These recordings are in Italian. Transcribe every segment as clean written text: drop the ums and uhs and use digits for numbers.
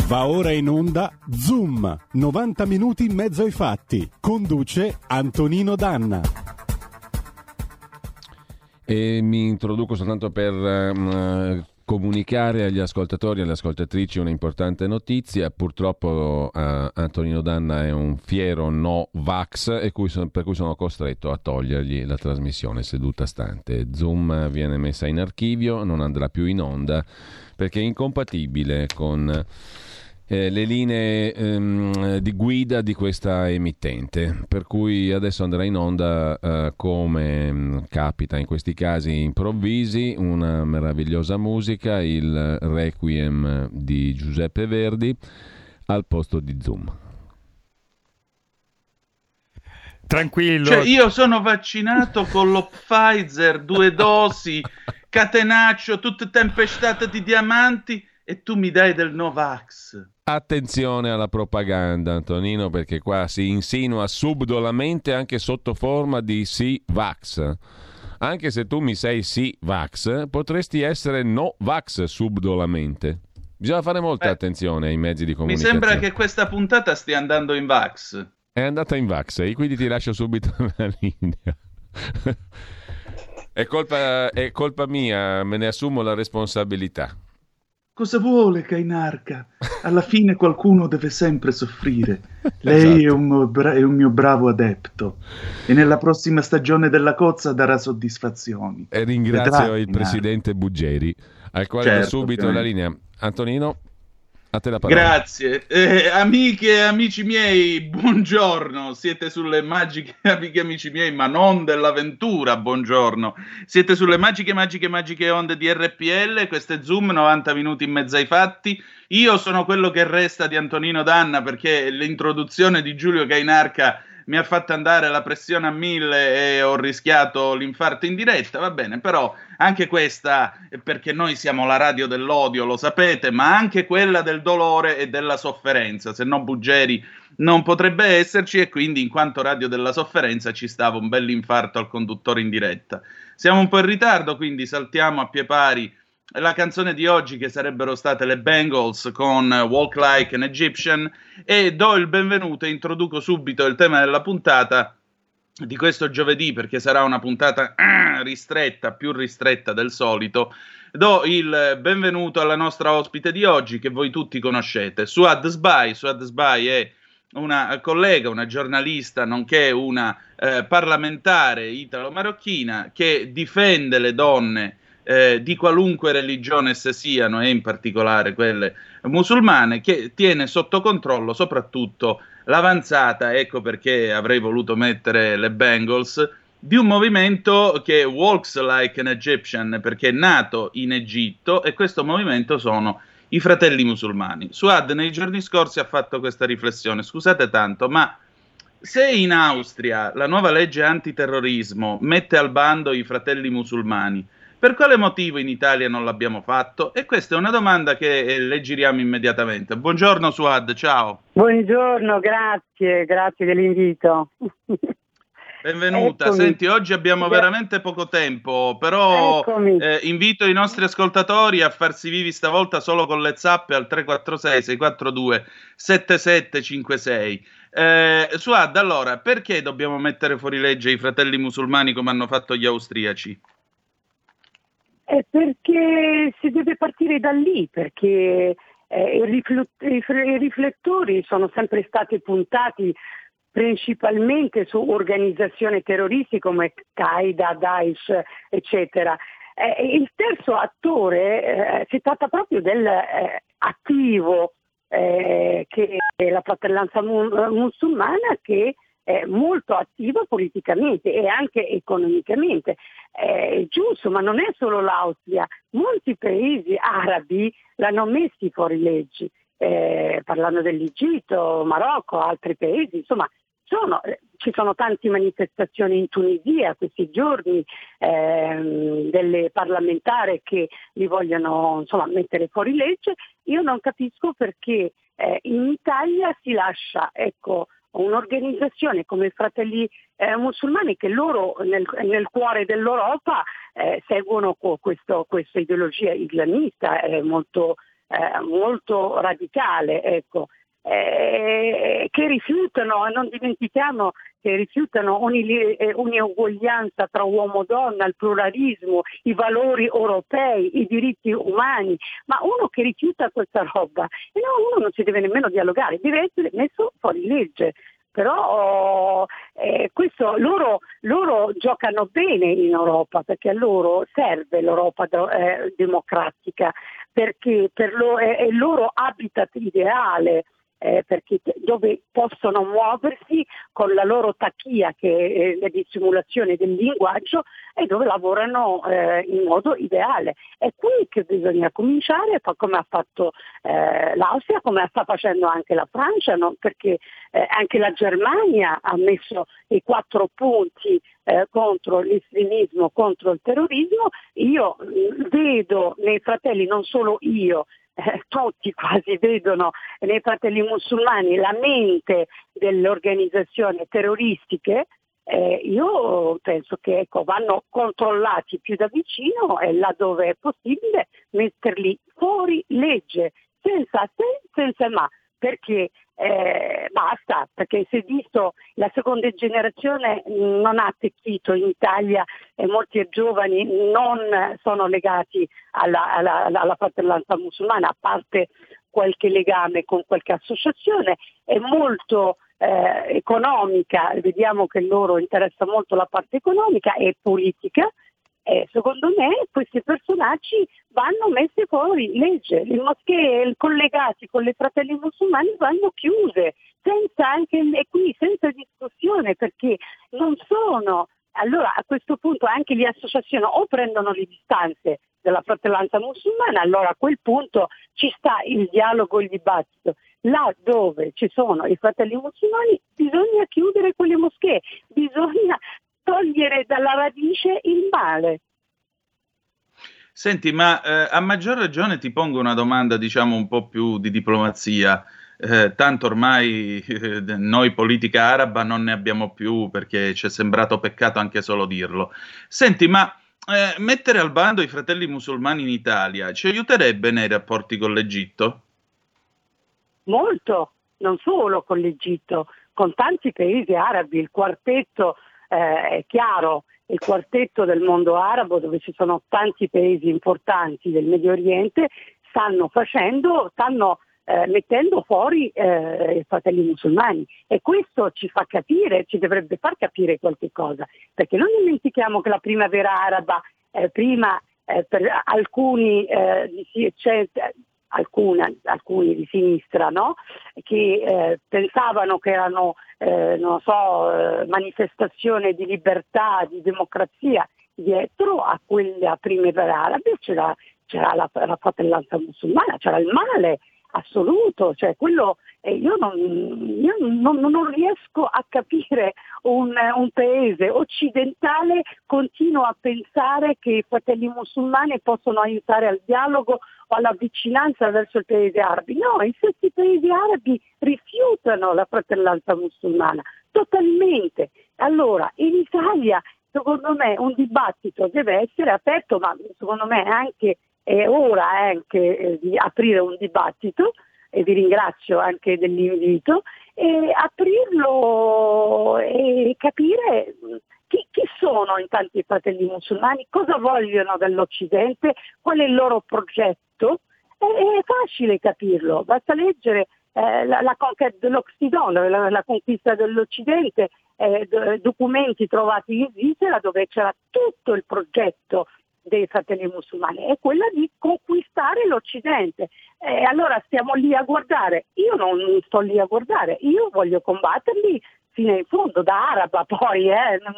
Va ora in onda Zoom, 90 minuti in mezzo ai fatti. Conduce Antonino Danna. E mi introduco soltanto per comunicare agli ascoltatori e alle ascoltatrici una importante notizia. Purtroppo Antonino Danna è un fiero no vax per cui sono costretto a togliergli la trasmissione seduta stante. Zoom viene messa in archivio, non andrà più in onda perché è incompatibile con le linee di guida di questa emittente, per cui adesso andrà in onda come capita in questi casi improvvisi, una meravigliosa musica, il Requiem di Giuseppe Verdi al posto di Zoom. Tranquillo. Cioè, io sono vaccinato con lo Pfizer, 2 dosi, catenaccio, tutte tempestate di diamanti, e tu mi dai del Novax. Attenzione alla propaganda, Antonino, perché qua si insinua subdolamente anche sotto forma di sì vax. Anche se tu mi sei sì vax, potresti essere no vax subdolamente. Bisogna fare molta attenzione ai mezzi di Mi comunicazione. sembra che questa puntata stia andando in vax. È andata in vax e quindi ti lascio subito la linea. È colpa mia, me ne assumo la responsabilità. Cosa vuole Kainarka? Alla fine qualcuno deve sempre soffrire. Lei Esatto. è un mio bravo adepto e nella prossima stagione della cozza darà soddisfazioni. E ringrazio Vedrai, il Kainarka. presidente Buggeri, al quale do Certo, subito ovviamente. la linea. Antonino, a te la parola. Grazie. Amiche e amici miei, buongiorno. Siete sulle magiche, amiche e amici miei, ma non dell'avventura, buongiorno. Siete sulle magiche onde di RPL, questo è Zoom, 90 minuti in mezzo ai fatti. Io sono quello che resta di Antonino Danna, perché l'introduzione di Giulio Cainarca mi ha fatto andare la pressione a 1000 e ho rischiato l'infarto in diretta, va bene, però anche questa, perché noi siamo la radio dell'odio, lo sapete, ma anche quella del dolore e della sofferenza, se no Buggeri non potrebbe esserci, e quindi in quanto radio della sofferenza ci stava un bell'infarto al conduttore in diretta. Siamo un po' in ritardo, quindi saltiamo a pie pari la canzone di oggi, che sarebbero state le Bangles con Walk Like an Egyptian, e do il benvenuto e introduco subito il tema della puntata di questo giovedì, perché sarà una puntata ristretta, più ristretta del solito. Do il benvenuto alla nostra ospite di oggi, che voi tutti conoscete, Suad Sbai. Suad Sbai è una collega, una giornalista, nonché una parlamentare italo-marocchina che difende le donne di qualunque religione esse siano, e in particolare quelle musulmane, che tiene sotto controllo soprattutto l'avanzata, ecco perché avrei voluto mettere le Bangles, di un movimento che walks like an Egyptian, perché è nato in Egitto, e questo movimento sono i fratelli musulmani. Suad nei giorni scorsi ha fatto questa riflessione: scusate tanto, ma se in Austria la nuova legge antiterrorismo mette al bando i fratelli musulmani, per quale motivo in Italia non l'abbiamo fatto? E questa è una domanda che le giriamo immediatamente. Buongiorno Suad, ciao. Buongiorno, grazie dell'invito. Benvenuta. Eccomi. Senti, oggi abbiamo veramente poco tempo, però invito i nostri ascoltatori a farsi vivi stavolta solo con le zappe al 346-642-7756. Suad, allora, perché dobbiamo mettere fuori legge i fratelli musulmani come hanno fatto gli austriaci? Perché si deve partire da lì, perché i riflettori sono sempre stati puntati principalmente su organizzazioni terroristiche come Qaeda, Daesh, eccetera. Il terzo attore si tratta proprio del attivo che è la fratellanza musulmana, che è molto attiva politicamente e anche economicamente. È giusto, ma non è solo l'Austria, molti paesi arabi l'hanno messi fuori leggi, parlando dell'Egitto, Marocco, altri paesi, insomma. Ci sono tante manifestazioni in Tunisia questi giorni, delle parlamentari che li vogliono mettere fuori legge. Io non capisco perché in Italia si lascia un'organizzazione come i Fratelli Musulmani, che loro nel cuore dell'Europa seguono questa ideologia islamista molto molto radicale, ecco. Che rifiutano, non dimentichiamo che rifiutano ogni uguaglianza tra uomo e donna, il pluralismo, i valori europei, i diritti umani, ma uno che rifiuta questa roba, uno non si deve nemmeno dialogare, deve essere messo fuori legge. Però questo loro giocano bene in Europa, perché a loro serve l'Europa democratica, perché è il loro habitat ideale. Perché dove possono muoversi con la loro tachia, che è di simulazione del linguaggio, e dove lavorano in modo ideale. È qui che bisogna cominciare, come ha fatto l'Austria, come sta facendo anche la Francia, no? Perché anche la Germania ha messo i 4 punti contro l'estremismo, contro il terrorismo. Io vedo nei fratelli, non solo io, tutti quasi vedono nei fratelli musulmani la mente delle organizzazioni terroristiche. Io penso che vanno controllati più da vicino e là dove è possibile metterli fuori legge, senza se, senza ma, perché basta, perché si è visto la seconda generazione non ha attecchito in Italia e molti giovani non sono legati alla fratellanza musulmana, a parte qualche legame con qualche associazione, è molto economica, vediamo che loro interessa molto la parte economica e politica. Secondo me questi personaggi vanno messi fuori legge, le moschee collegate con le fratelli musulmani vanno chiuse, senza discussione, perché non sono. Allora a questo punto anche le associazioni o prendono le distanze dalla fratellanza musulmana, allora a quel punto ci sta il dialogo, il dibattito. Là dove ci sono i fratelli musulmani bisogna chiudere quelle moschee, bisogna togliere dalla radice il male. Senti, ma a maggior ragione ti pongo una domanda, diciamo, un po' più di diplomazia. Tanto ormai noi politica araba non ne abbiamo più, perché ci è sembrato peccato anche solo dirlo. Senti, ma mettere al bando i fratelli musulmani in Italia ci aiuterebbe nei rapporti con l'Egitto? Molto, non solo con l'Egitto, con tanti paesi arabi. Il quartetto è chiaro, il quartetto del mondo arabo, dove ci sono tanti paesi importanti del Medio Oriente, stanno mettendo fuori i fratelli musulmani, e questo ci fa capire, ci dovrebbe far capire qualche cosa, perché non dimentichiamo che la primavera araba per alcuni alcuni di sinistra, no? Che pensavano che erano manifestazione di libertà, di democrazia. Dietro a quella primavera arabe c'era la fratellanza musulmana, c'era il male assoluto, cioè quello, io non riesco a capire un paese occidentale continua a pensare che i fratelli musulmani possono aiutare al dialogo o alla vicinanza verso i paesi arabi. No, i stessi paesi arabi rifiutano la fratellanza musulmana totalmente. Allora in Italia secondo me un dibattito deve essere aperto, ma secondo me è ora anche di aprire un dibattito, e vi ringrazio anche dell'invito, e aprirlo e capire chi sono intanto i fratelli musulmani, cosa vogliono dall'Occidente, qual è il loro progetto. È facile capirlo, basta leggere la conquête dell'Occident, la conquista dell'Occidente, documenti trovati in Svizzera dove c'era tutto il progetto dei fratelli musulmani, è quella di conquistare l'Occidente. Allora stiamo lì a guardare, io non sto lì a guardare, io voglio combatterli fino in fondo, da araba poi,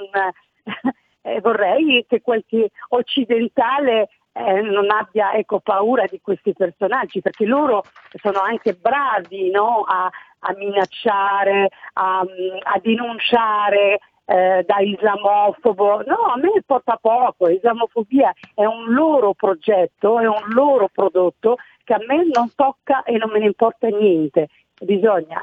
vorrei che qualche occidentale non abbia paura di questi personaggi, perché loro sono anche bravi, no? a minacciare, a denunciare da islamofobo. No, a me porta poco, l'islamophobia è un loro progetto, è un loro prodotto che a me non tocca e non me ne importa niente. Bisogna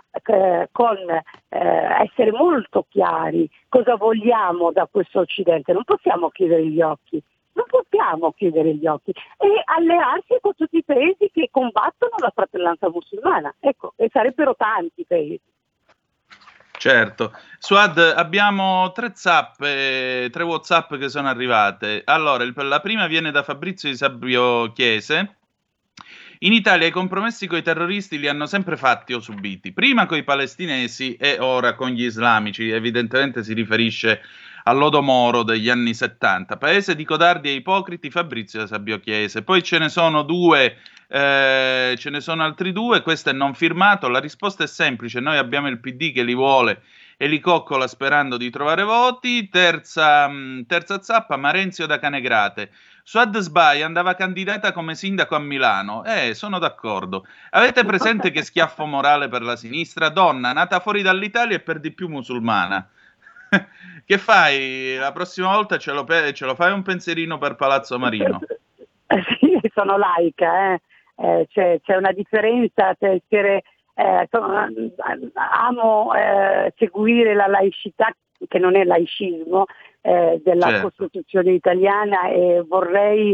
essere molto chiari cosa vogliamo da questo Occidente, non possiamo chiudere gli occhi. Non possiamo chiudere gli occhi e allearsi con tutti i paesi che combattono la fratellanza musulmana. Ecco, e sarebbero tanti paesi. Certo. Suad, abbiamo tre WhatsApp che sono arrivate. Allora, la prima viene da Fabrizio di Sabbio Chiese. In Italia i compromessi coi terroristi li hanno sempre fatti o subiti, prima coi palestinesi e ora con gli islamici. Evidentemente si riferisce all'Odomoro degli anni 70. Paese di codardi e ipocriti, Fabrizio da Sabbio Chiese. Poi ce ne sono altri due, questo è non firmato. La risposta è semplice: noi abbiamo il PD che li vuole e li coccola sperando di trovare voti. Terza zappa, Marenzio da Canegrate. Suad Sbai andava candidata come sindaco a Milano. Sono d'accordo. Avete presente che schiaffo morale per la sinistra? Donna, nata fuori dall'Italia e per di più musulmana. Che fai? La prossima volta ce lo fai un pensierino per Palazzo Marino? Sì, sono laica, c'è una differenza tra essere... amo seguire la laicità, che non è laicismo, della Costituzione italiana, e vorrei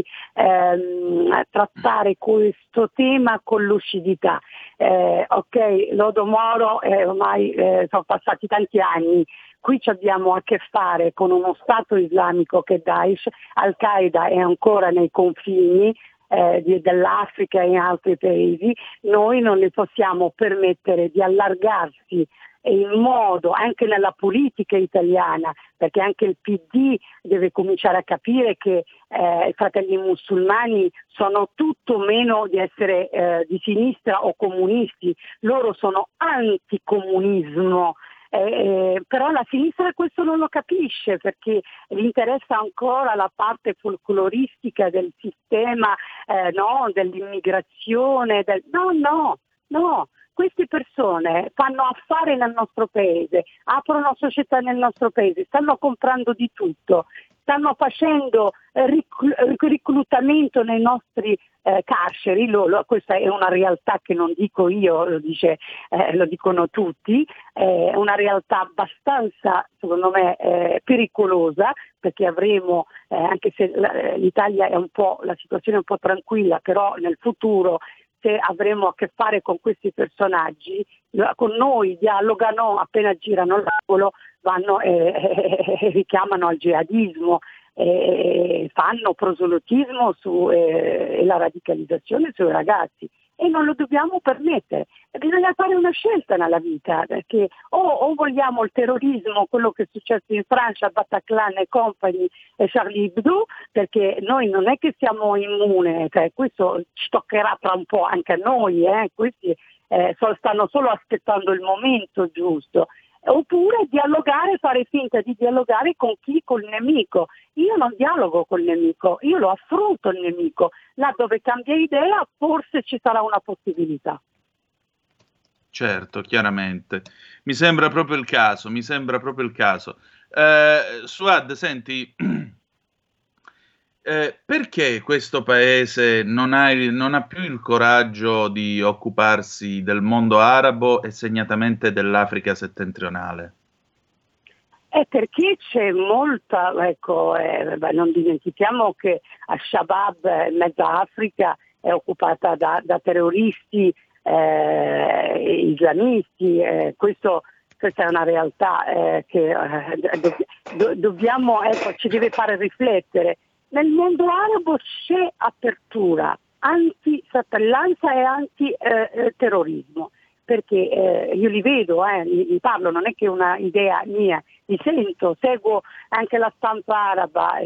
trattare questo tema con lucidità. Ok, l'Odomoro ormai sono passati tanti anni. Qui abbiamo a che fare con uno Stato islamico che è Daesh, Al-Qaeda è ancora nei confini dell'Africa e in altri paesi. Noi non le possiamo permettere di allargarsi in modo anche nella politica italiana, perché anche il PD deve cominciare a capire che i fratelli musulmani sono tutto meno di essere di sinistra o comunisti, loro sono anticomunismo. Però la sinistra questo non lo capisce, perché gli interessa ancora la parte folcloristica del sistema, dell'immigrazione. No. Queste persone fanno affari nel nostro paese, aprono società nel nostro paese, stanno comprando di tutto, stanno facendo reclutamento nei nostri carceri. Questa è una realtà che non dico io, lo dicono tutti, è una realtà abbastanza, secondo me, pericolosa, perché avremo, anche se l'Italia è la situazione è un po' tranquilla, però nel futuro, se avremo a che fare con questi personaggi, con noi dialogano, appena girano l'angolo vanno e richiamano al jihadismo, fanno proselitismo e la radicalizzazione sui ragazzi, e non lo dobbiamo permettere. Bisogna fare una scelta nella vita, perché o vogliamo il terrorismo, quello che è successo in Francia, Bataclan e compagni e Charlie Hebdo, perché noi non è che siamo immuni, questo ci toccherà tra un po' anche a noi, questi stanno solo aspettando il momento giusto. Oppure dialogare, fare finta di dialogare con il nemico. Io non dialogo col nemico, io lo affronto il nemico. Là dove cambia idea, forse ci sarà una possibilità. Certo, chiaramente. Mi sembra proprio il caso. Suad, senti, perché questo paese non ha più il coraggio di occuparsi del mondo arabo e segnatamente dell'Africa settentrionale? Perché c'è molta, non dimentichiamo che Al-Shabaab, mezza Africa, è occupata da terroristi islamisti, questa è una realtà che dobbiamo, ci deve fare riflettere. Nel mondo arabo c'è apertura anti-fratellanza e anti-terrorismo, perché io li vedo, li parlo, non è che è una idea mia, li sento, seguo anche la stampa araba,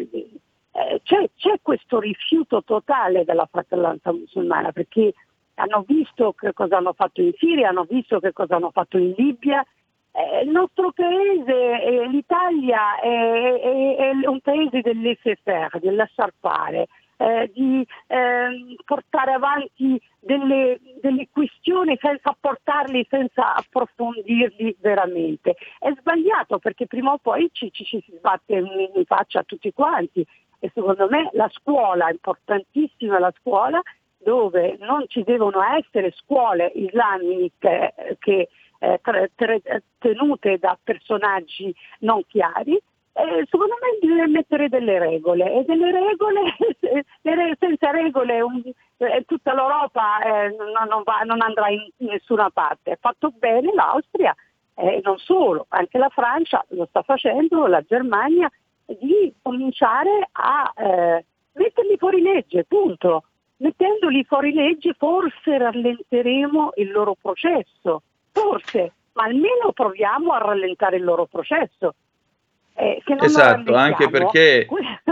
c'è questo rifiuto totale della fratellanza musulmana, perché hanno visto che cosa hanno fatto in Siria, hanno visto che cosa hanno fatto in Libia. Il nostro paese, l'Italia, è un paese del laissez-faire, del lasciar fare, di portare avanti delle questioni senza portarli, senza approfondirli veramente. È sbagliato, perché prima o poi ci si sbatte in faccia a tutti quanti, e secondo me la scuola è importantissima, la scuola dove non ci devono essere scuole islamiche che tenute da personaggi non chiari, secondo me bisogna mettere delle regole, e delle regole senza regole tutta l'Europa non andrà in nessuna parte. Ha fatto bene l'Austria, non solo, anche la Francia lo sta facendo, la Germania, di cominciare a metterli fuori legge, punto. Mettendoli fuori legge forse rallenteremo il loro processo, forse, ma almeno proviamo a rallentare il loro processo. Se non esatto, anche perché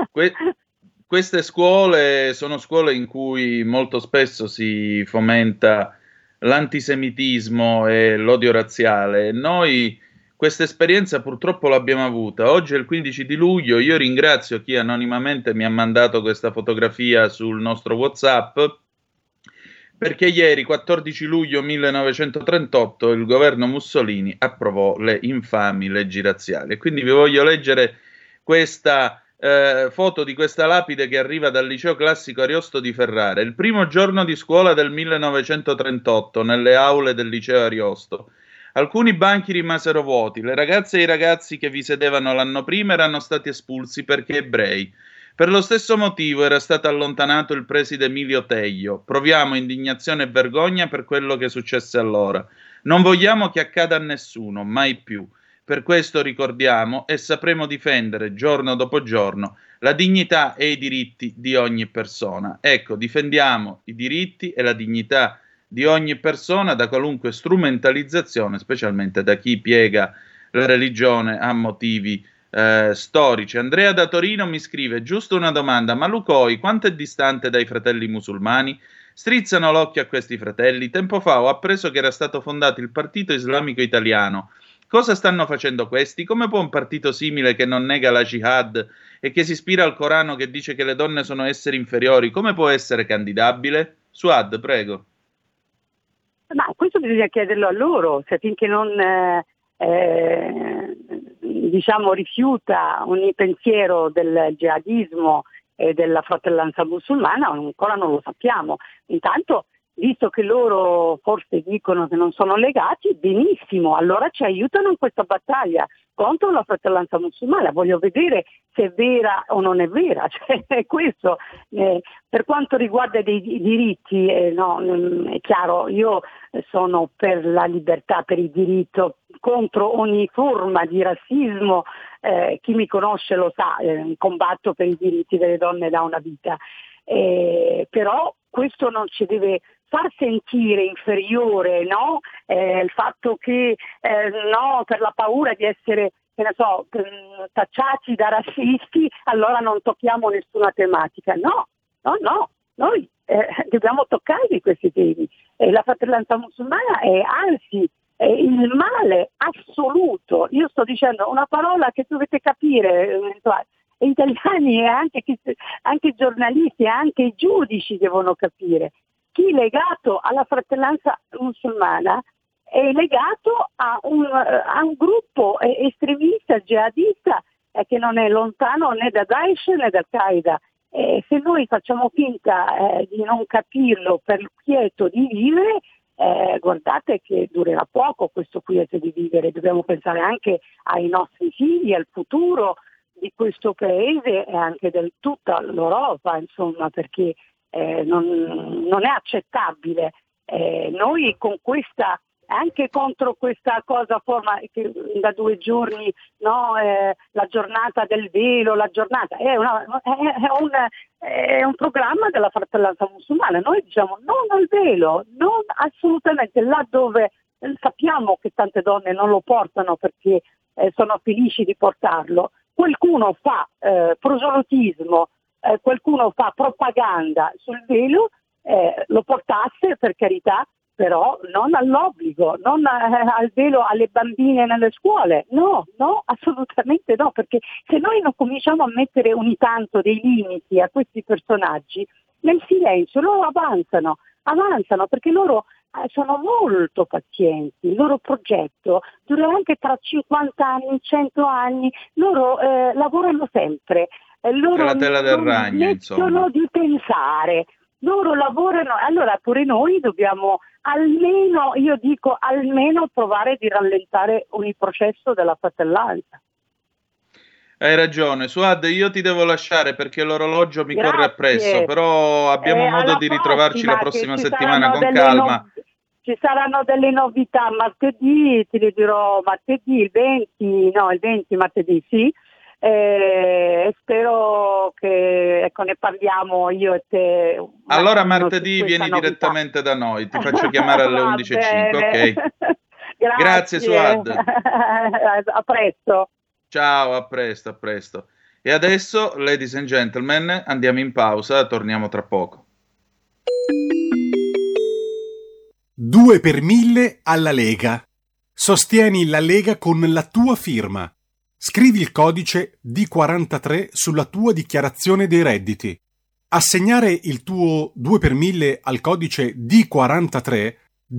queste scuole sono scuole in cui molto spesso si fomenta l'antisemitismo e l'odio razziale. Noi questa esperienza purtroppo l'abbiamo avuta. Oggi è il 15 di luglio, io ringrazio chi anonimamente mi ha mandato questa fotografia sul nostro WhatsApp, perché ieri, 14 luglio 1938, il governo Mussolini approvò le infami leggi razziali. E quindi vi voglio leggere questa foto di questa lapide che arriva dal liceo classico Ariosto di Ferrara. Il primo giorno di scuola del 1938, nelle aule del liceo Ariosto. Alcuni banchi rimasero vuoti, le ragazze e i ragazzi che vi sedevano l'anno prima erano stati espulsi perché ebrei. Per lo stesso motivo era stato allontanato il preside Emilio Teglio. Proviamo indignazione e vergogna per quello che successe allora. Non vogliamo che accada a nessuno, mai più. Per questo ricordiamo e sapremo difendere giorno dopo giorno la dignità e i diritti di ogni persona. Ecco, difendiamo i diritti e la dignità di ogni persona da qualunque strumentalizzazione, specialmente da chi piega la religione a motivi storici. Andrea da Torino mi scrive: giusto una domanda, ma Lucoi quanto è distante dai fratelli musulmani? Strizzano l'occhio a questi fratelli. Tempo fa ho appreso che era stato fondato il Partito Islamico Italiano. Cosa stanno facendo questi? Come può un partito simile, che non nega la jihad e che si ispira al Corano, che dice che le donne sono esseri inferiori, come può essere candidabile? Suad, prego. Ma questo bisogna chiederlo a loro, se finché non rifiuta ogni pensiero del jihadismo e della fratellanza musulmana, ancora non lo sappiamo. Intanto, visto che loro forse dicono che non sono legati, benissimo, allora ci aiutano in questa battaglia contro la fratellanza musulmana. Voglio vedere se è vera o non è vera, cioè, è questo. Per quanto riguarda dei diritti, no, è chiaro, io sono per la libertà, per il diritto, contro ogni forma di razzismo. Chi mi conosce lo sa, combatto per i diritti delle donne da una vita, però questo non ci deve far sentire inferiore, no? Il fatto che no, per la paura di essere, che ne so, tacciati da razzisti, allora non tocchiamo nessuna tematica. No, noi dobbiamo toccarli questi temi. La fratellanza musulmana è anzi il male assoluto. Io sto dicendo una parola che dovete capire, gli italiani e anche i giornalisti e anche i giudici devono capire. Chi è legato alla fratellanza musulmana è legato a un gruppo estremista, jihadista, che non è lontano né da Daesh né da Al-Qaeda. Se noi facciamo finta di non capirlo per il quieto di vivere, guardate che durerà poco questo quieto di vivere. Dobbiamo pensare anche ai nostri figli, al futuro di questo paese e anche di tutta l'Europa, insomma, perché non è accettabile. Noi con questa, anche contro questa cosa forma che da 2 giorni, no, la giornata del velo, la giornata è un programma della fratellanza musulmana. Noi diciamo non al velo, non assolutamente, là dove sappiamo che tante donne non lo portano perché sono felici di portarlo. Qualcuno fa proselitismo, qualcuno fa propaganda sul velo, lo portasse, per carità, però non all'obbligo, non al velo alle bambine nelle scuole. No, assolutamente no, perché se noi non cominciamo a mettere ogni tanto dei limiti a questi personaggi, nel silenzio loro avanzano perché loro sono molto pazienti. Il loro progetto dura anche tra 50 anni, 100 anni, loro lavorano sempre. Loro la tela del ragno, smettono di pensare, loro lavorano. Allora pure noi dobbiamo almeno provare di rallentare il processo della fratellanza. Hai ragione, Suad, io ti devo lasciare perché l'orologio mi corre appresso, però abbiamo modo di ritrovarci la prossima settimana con calma. Ci saranno delle novità martedì, ti le dirò martedì, il 20 martedì, sì. Spero che ne parliamo io e te. Allora martedì vieni direttamente da noi, ti faccio chiamare alle 11:05, ok? Grazie Suad. A presto. Ciao, a presto. E adesso, ladies and gentlemen, andiamo in pausa, torniamo tra poco. 2 per 1000 alla Lega. Sostieni la Lega con la tua firma. Scrivi il codice D43 sulla tua dichiarazione dei redditi. Assegnare il tuo 2 per 1000 al codice D43,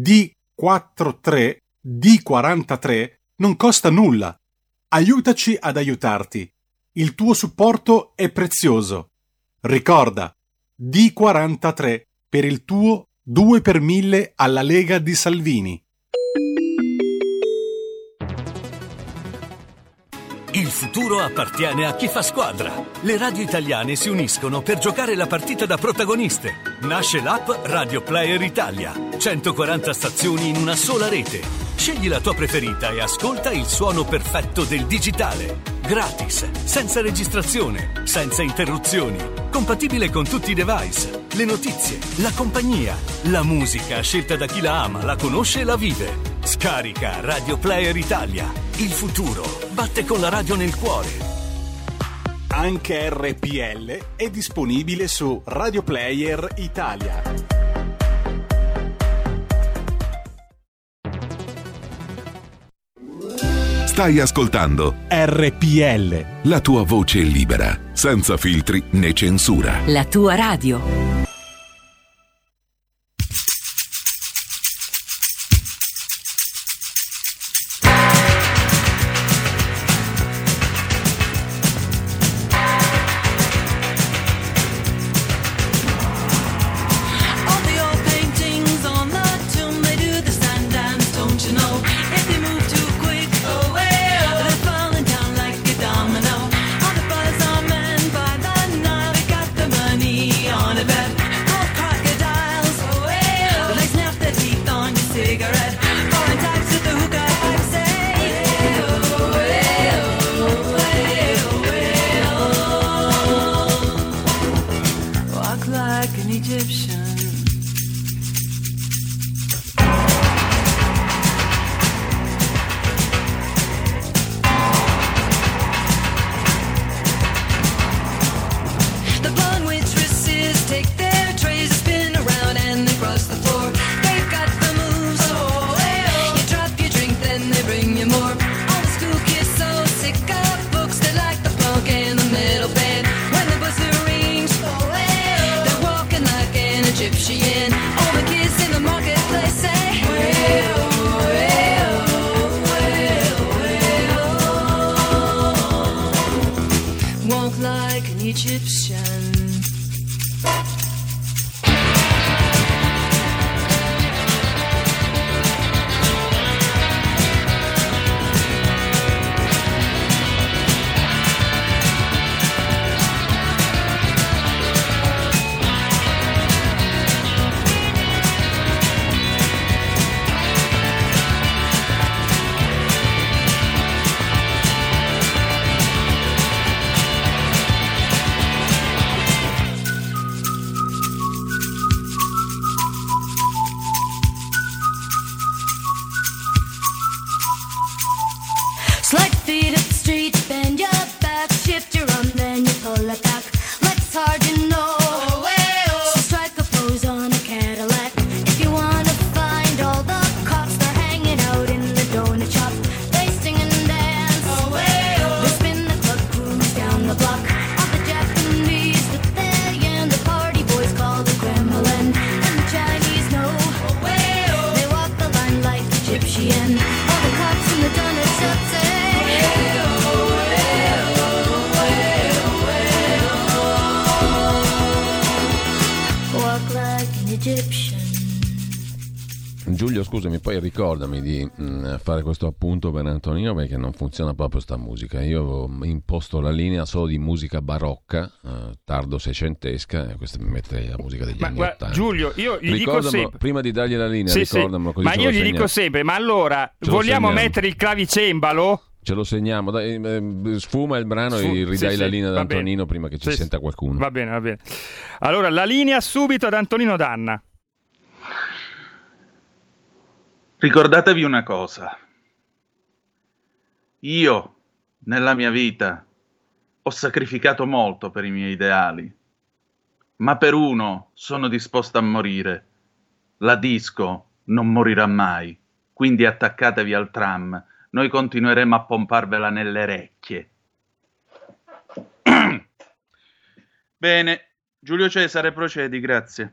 D43 non costa nulla. Aiutaci ad aiutarti. Il tuo supporto è prezioso. Ricorda, D43 per il tuo 2 per 1000 alla Lega di Salvini. Il futuro appartiene a chi fa squadra. Le radio italiane si uniscono per giocare la partita da protagoniste. Nasce l'app Radio Player Italia. 140 stazioni in una sola rete. Scegli la tua preferita e ascolta il suono perfetto del digitale. Gratis, senza registrazione, senza interruzioni. Compatibile con tutti i device. Le notizie, la compagnia, la musica scelta da chi la ama, la conosce e la vive. Scarica Radio Player Italia. Il futuro batte con la radio nel cuore. Anche RPL è disponibile su Radio Player Italia. Stai ascoltando RPL, la tua voce libera, senza filtri né censura. La tua radio. Giulio, scusami, poi ricordami di fare questo appunto per Antonino, perché non funziona proprio sta musica. Io ho imposto la linea solo di musica barocca, tardo seicentesca, e questa mi mette la musica degli anni 80. Giulio, io gli dico sempre, prima di dargli la linea, ricordamelo, così ma io gli dico sempre, ma allora vogliamo mettere il clavicembalo? Ce lo segniamo, dai, sfuma il brano e ridai la linea ad Antonino prima che ci senta qualcuno. Va bene. Allora, la linea subito ad Antonino Danna. Ricordatevi una cosa. Io, nella mia vita, ho sacrificato molto per i miei ideali, ma per uno sono disposto a morire. La disco non morirà mai, quindi attaccatevi al tram. Noi continueremo a pomparvela nelle orecchie. Bene, Giulio Cesare, procedi, grazie.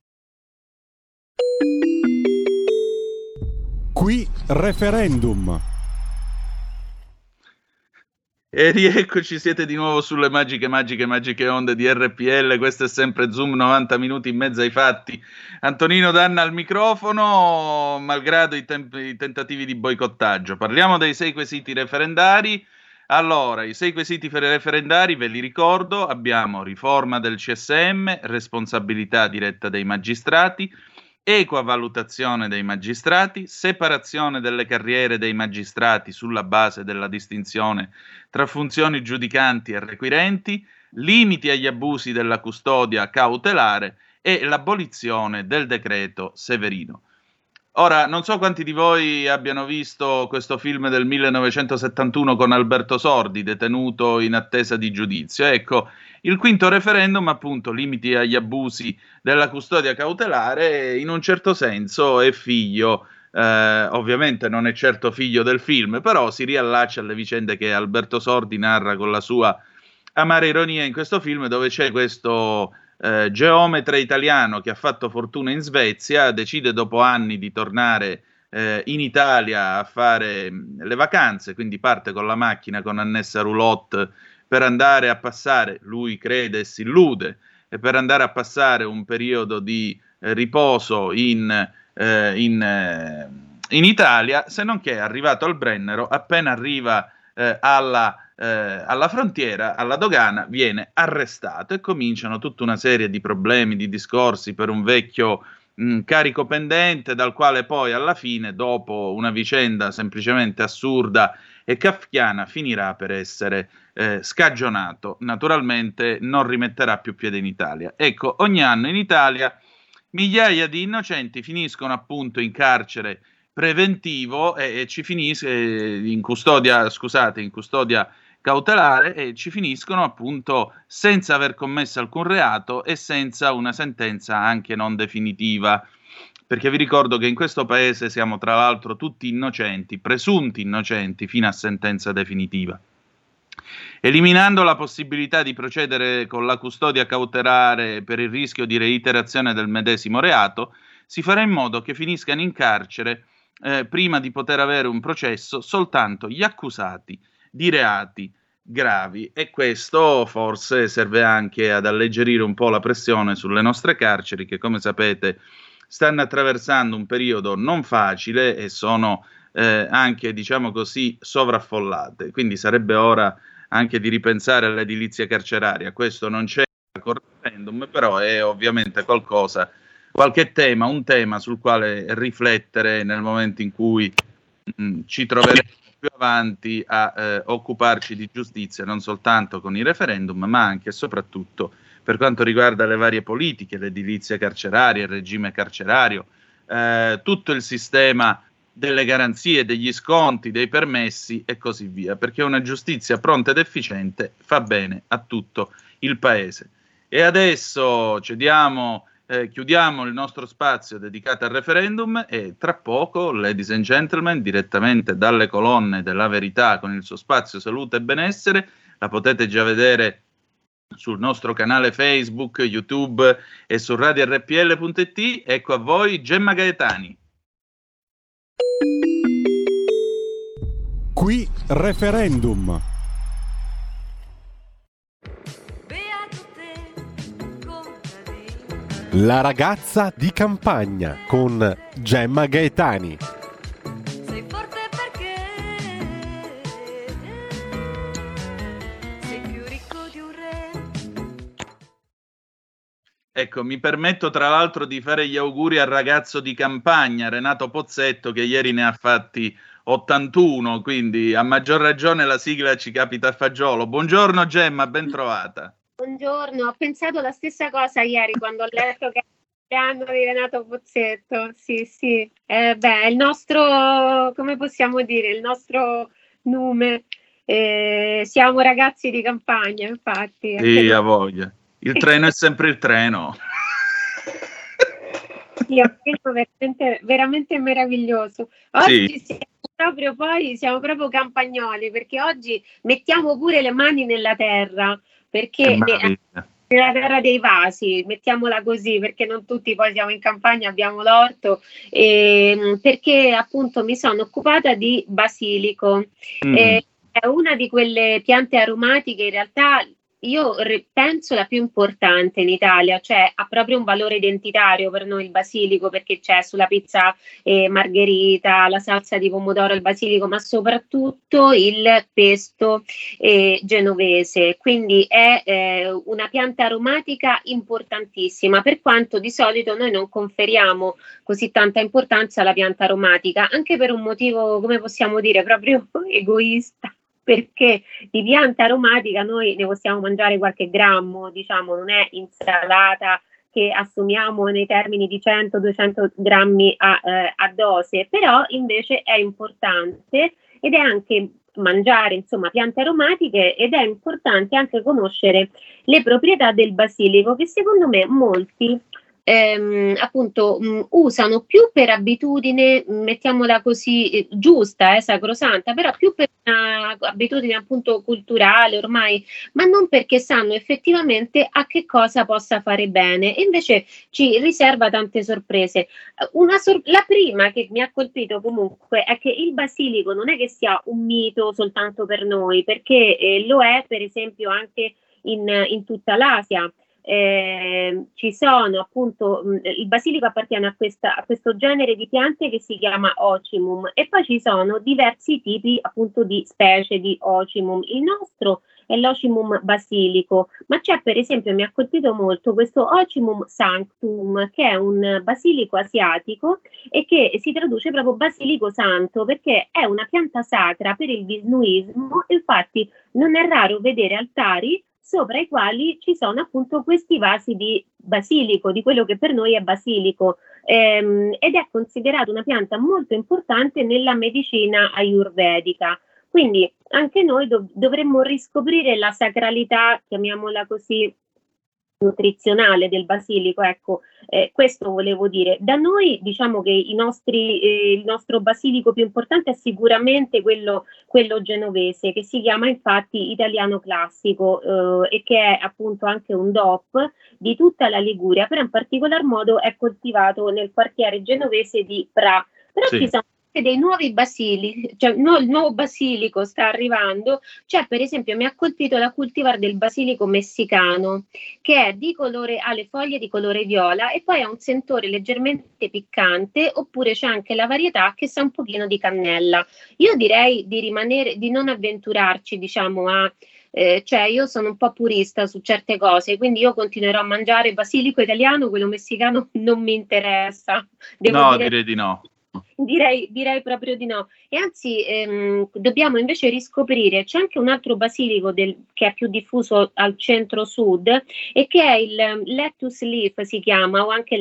Qui referendum. E rieccoci, siete di nuovo sulle magiche onde di RPL. Questo è sempre Zoom, 90 minuti in mezzo ai fatti. Antonino Danna al microfono, malgrado i tentativi di boicottaggio. Parliamo dei 6 quesiti referendari. Allora, i 6 quesiti referendari, ve li ricordo: abbiamo riforma del CSM, responsabilità diretta dei magistrati, equa valutazione dei magistrati, separazione delle carriere dei magistrati sulla base della distinzione tra funzioni giudicanti e requirenti, limiti agli abusi della custodia cautelare e l'abolizione del decreto Severino. Ora, non so quanti di voi abbiano visto questo film del 1971 con Alberto Sordi, detenuto in attesa di giudizio. Ecco, il quinto referendum, appunto, limiti agli abusi della custodia cautelare, in un certo senso è figlio, ovviamente non è certo figlio del film, però si riallaccia alle vicende che Alberto Sordi narra con la sua amara ironia in questo film, dove c'è questo geometra italiano che ha fatto fortuna in Svezia, decide dopo anni di tornare in Italia a fare le vacanze, quindi parte con la macchina con annessa roulotte per andare a passare, lui crede e si illude, e per andare a passare un periodo di riposo in Italia, se non che arrivato al Brennero, appena arriva alla frontiera, alla dogana, viene arrestato e cominciano tutta una serie di problemi, di discorsi per un vecchio carico pendente, dal quale poi alla fine, dopo una vicenda semplicemente assurda e kafkiana, finirà per essere scagionato. Naturalmente non rimetterà più piede in Italia. Ecco, ogni anno in Italia migliaia di innocenti finiscono appunto in carcere preventivo e ci finiscono in custodia cautelare, e ci finiscono appunto senza aver commesso alcun reato e senza una sentenza anche non definitiva, perché vi ricordo che in questo paese siamo tra l'altro tutti innocenti, presunti innocenti fino a sentenza definitiva. Eliminando la possibilità di procedere con la custodia cautelare per il rischio di reiterazione del medesimo reato, si farà in modo che finiscano in carcere prima di poter avere un processo soltanto gli accusati di reati gravi, e questo forse serve anche ad alleggerire un po' la pressione sulle nostre carceri, che come sapete stanno attraversando un periodo non facile e sono anche, diciamo così, sovraffollate. Quindi sarebbe ora anche di ripensare all'edilizia carceraria. Questo non c'è col referendum, però è ovviamente un tema sul quale riflettere nel momento in cui ci troveremo più avanti a occuparci di giustizia, non soltanto con i referendum, ma anche e soprattutto per quanto riguarda le varie politiche, l'edilizia carceraria, il regime carcerario, tutto il sistema delle garanzie, degli sconti, dei permessi e così via, perché una giustizia pronta ed efficiente fa bene a tutto il paese. E adesso chiudiamo il nostro spazio dedicato al referendum e tra poco, ladies and gentlemen, direttamente dalle colonne della Verità con il suo spazio Salute e Benessere, la potete già vedere sul nostro canale Facebook, YouTube e su radiorpl.it. Ecco a voi Gemma Gaetani. Qui referendum. La ragazza di campagna con Gemma Gaetani. Sei forte perché sei più ricco di un re. Ecco, mi permetto tra l'altro di fare gli auguri al ragazzo di campagna, Renato Pozzetto, che ieri ne ha fatti 81, quindi a maggior ragione la sigla ci capita a fagiolo. Buongiorno Gemma, ben trovata. Buongiorno, ho pensato la stessa cosa ieri quando ho letto che è l'anno di Renato Pozzetto. Sì. È il nostro, come possiamo dire, il nostro nome. Siamo ragazzi di campagna, infatti. Sì, a voglia. Il treno è sempre il treno. Sì, è veramente, veramente meraviglioso. Oggi siamo proprio campagnoli, perché oggi mettiamo pure le mani nella terra, perché nella terra dei vasi, mettiamola così, perché non tutti poi siamo in campagna, abbiamo l'orto, perché appunto mi sono occupata di basilico. È una di quelle piante aromatiche in realtà io penso la più importante in Italia, cioè ha proprio un valore identitario per noi il basilico, perché c'è sulla pizza margherita, la salsa di pomodoro al basilico, ma soprattutto il pesto genovese, quindi è una pianta aromatica importantissima, per quanto di solito noi non conferiamo così tanta importanza alla pianta aromatica, anche per un motivo, come possiamo dire, proprio egoista. Perché di pianta aromatica noi ne possiamo mangiare qualche grammo, diciamo, non è insalata che assumiamo nei termini di 100-200 grammi a dose, però invece è importante ed è anche mangiare, insomma, piante aromatiche, ed è importante anche conoscere le proprietà del basilico, che secondo me molti appunto usano più per abitudine, mettiamola così, giusta, sacrosanta, però più per una abitudine appunto culturale ormai, ma non perché sanno effettivamente a che cosa possa fare bene, e invece ci riserva tante sorprese. La prima che mi ha colpito comunque è che il basilico non è che sia un mito soltanto per noi, perché lo è per esempio anche in tutta l'Asia. Ci sono appunto il basilico appartiene a questo genere di piante che si chiama Ocimum, e poi ci sono diversi tipi appunto di specie di Ocimum. Il nostro è l'Ocimum basilico, ma c'è per esempio, mi ha colpito molto questo Ocimum sanctum, che è un basilico asiatico e che si traduce proprio basilico santo, perché è una pianta sacra per il visnuismo. Infatti non è raro vedere altari sopra i quali ci sono appunto questi vasi di basilico, di quello che per noi è basilico, ed è considerata una pianta molto importante nella medicina ayurvedica. Quindi anche noi dovremmo riscoprire la sacralità, chiamiamola così, nutrizionale del basilico, ecco, questo volevo dire. Da noi diciamo che il nostro basilico più importante è sicuramente quello genovese, che si chiama infatti italiano classico, e che è appunto anche un DOP di tutta la Liguria, però in particolar modo è coltivato nel quartiere genovese di Pra. Però ci sono dei nuovi basilici, cioè il nuovo basilico sta arrivando. Cioè, per esempio, mi ha colpito la cultivar del basilico messicano, che è ha le foglie di colore viola e poi ha un sentore leggermente piccante, oppure c'è anche la varietà che sa un pochino di cannella. Io direi di non avventurarci, diciamo, cioè io sono un po' purista su certe cose, quindi io continuerò a mangiare basilico italiano, quello messicano non mi interessa. Direi di no. Direi proprio di no. E anzi, dobbiamo invece riscoprire, c'è anche un altro basilico che è più diffuso al centro-sud, e che è il lettuce leaf, si chiama, o anche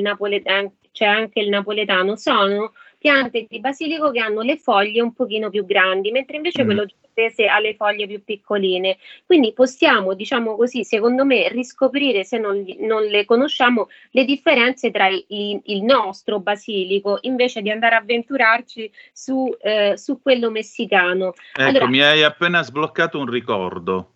c'è anche il napoletano. Sono piante di basilico che hanno le foglie un pochino più grandi, mentre invece quello genovese ha le foglie più piccoline. Quindi possiamo, diciamo così, secondo me, riscoprire, se non le conosciamo, le differenze tra il nostro basilico, invece di andare a avventurarci su quello messicano. Ecco, allora, mi hai appena sbloccato un ricordo.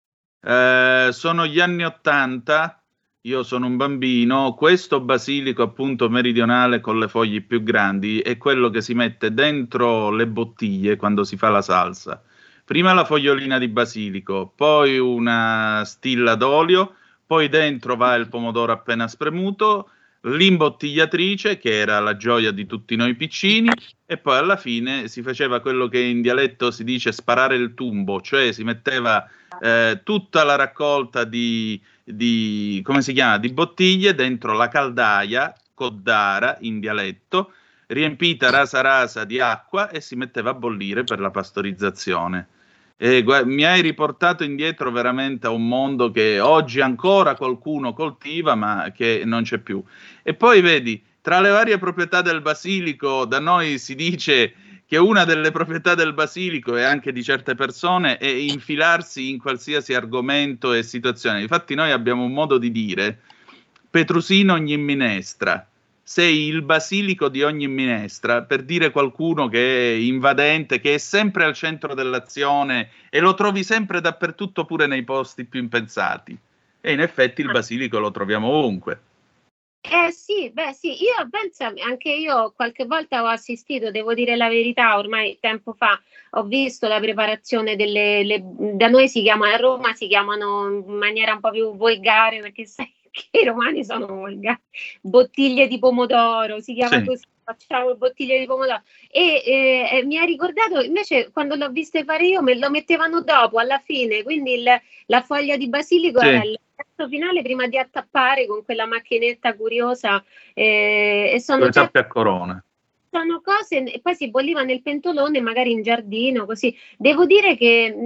Sono gli anni '80. Io sono un bambino, questo basilico appunto meridionale con le foglie più grandi è quello che si mette dentro le bottiglie quando si fa la salsa. Prima la fogliolina di basilico, poi una stilla d'olio, poi dentro va il pomodoro appena spremuto l'imbottigliatrice, che era la gioia di tutti noi piccini, e poi alla fine si faceva quello che in dialetto si dice sparare il tumbo, cioè si metteva tutta la raccolta di come si chiama, di bottiglie dentro la caldaia, coddara in dialetto, riempita rasa rasa di acqua, e si metteva a bollire per la pastorizzazione. Mi hai riportato indietro veramente a un mondo che oggi ancora qualcuno coltiva, ma che non c'è più. E poi vedi, tra le varie proprietà del basilico, da noi si dice che una delle proprietà del basilico, e anche di certe persone, è infilarsi in qualsiasi argomento e situazione. Infatti noi abbiamo un modo di dire: Petrusino ogni minestra. Sei il basilico di ogni minestra, per dire qualcuno che è invadente, che è sempre al centro dell'azione, e lo trovi sempre dappertutto, pure nei posti più impensati. E in effetti il basilico lo troviamo ovunque. Sì, io penso, anche io qualche volta ho assistito, devo dire la verità, ormai tempo fa ho visto la preparazione da noi a Roma si chiamano in maniera un po' più volgare, perché sai che i romani sono volgari, bottiglie di pomodoro, si chiama così, facciamo bottiglie di pomodoro, e mi ha ricordato invece quando l'ho viste fare io, me lo mettevano dopo, alla fine, quindi la foglia di basilico era il pezzo finale prima di attappare con quella macchinetta curiosa, e sono a corona. Sono cose, e poi si bolliva nel pentolone, magari in giardino, così. Devo dire che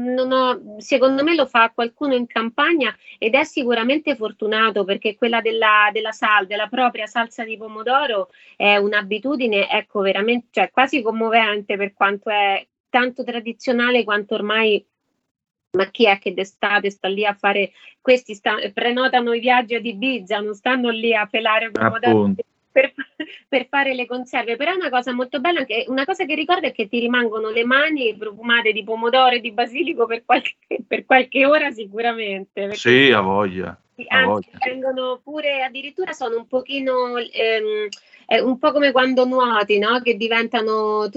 secondo me lo fa qualcuno in campagna, ed è sicuramente fortunato, perché quella della propria salsa di pomodoro è un'abitudine, ecco, veramente, cioè quasi commovente, per quanto è tanto tradizionale quanto ormai. Ma chi è che d'estate sta lì a fare prenotano i viaggi ad Ibiza, non stanno lì a pelare pomodoro per fare le conserve? Però è una cosa molto bella, anche una cosa che ricordo è che ti rimangono le mani profumate di pomodoro e di basilico per qualche ora sicuramente. Sì, a voglia. Anzi, vengono pure, addirittura sono un pochino un po' come quando nuoti, no? Che diventano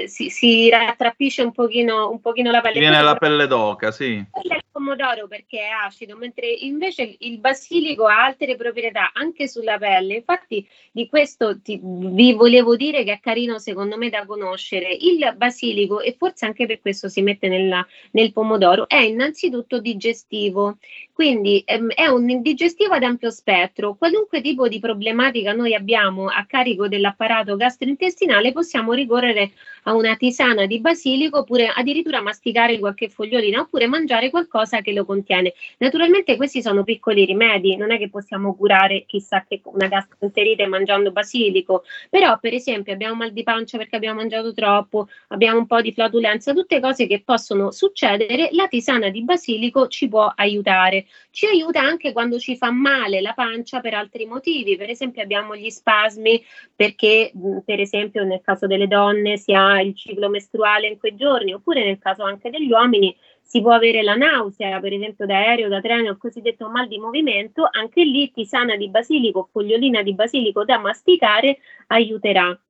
si rattrappisce un pochino la pelle. Viene la pelle d'oca, sì. Il pomodoro perché è acido, mentre invece il basilico ha altre proprietà anche sulla pelle. Infatti di questo vi volevo dire che è carino secondo me da conoscere. Il basilico, e forse anche per questo si mette nel pomodoro, è innanzitutto digestivo. Quindi è un digestivo ad ampio spettro. Qualunque tipo di problematica noi abbiamo a carico dell'apparato gastrointestinale, possiamo ricorrere a una tisana di basilico, oppure addirittura masticare qualche fogliolina, oppure mangiare qualcosa che lo contiene. Naturalmente questi sono piccoli rimedi, non è che possiamo curare chissà che una gastroenterite mangiando basilico, però per esempio abbiamo mal di pancia perché abbiamo mangiato troppo, abbiamo un po' di flatulenza, tutte cose che possono succedere. La tisana di basilico ci può aiutare. Ci aiuta anche quando ci fa male la pancia per altri motivi, per esempio abbiamo gli spasmi perché per esempio nel caso delle donne si ha il ciclo mestruale in quei giorni, oppure nel caso anche degli uomini si può avere la nausea, per esempio da aereo, da treno, il cosiddetto mal di movimento. Anche lì tisana di basilico, fogliolina di basilico da masticare aiuterà.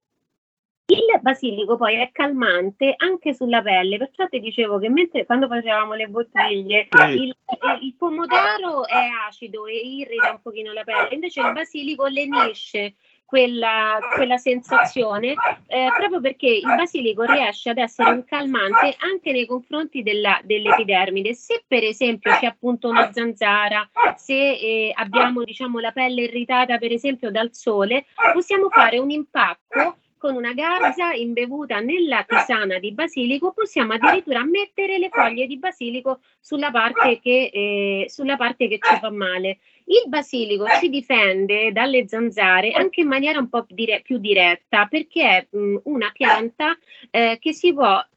Il basilico poi è calmante anche sulla pelle, perciò ti dicevo che quando facevamo le bottiglie il pomodoro è acido e irrita un pochino la pelle, invece il basilico lenisce quella sensazione, proprio perché il basilico riesce ad essere un calmante anche nei confronti dell'epidermide. Se per esempio c'è appunto una zanzara, se abbiamo la pelle irritata per esempio dal sole, possiamo fare un impacco con una garza imbevuta nella tisana di basilico. Possiamo addirittura mettere le foglie di basilico sulla parte che ci fa male. Il basilico ci difende dalle zanzare anche in maniera un po' più diretta, perché è una pianta che si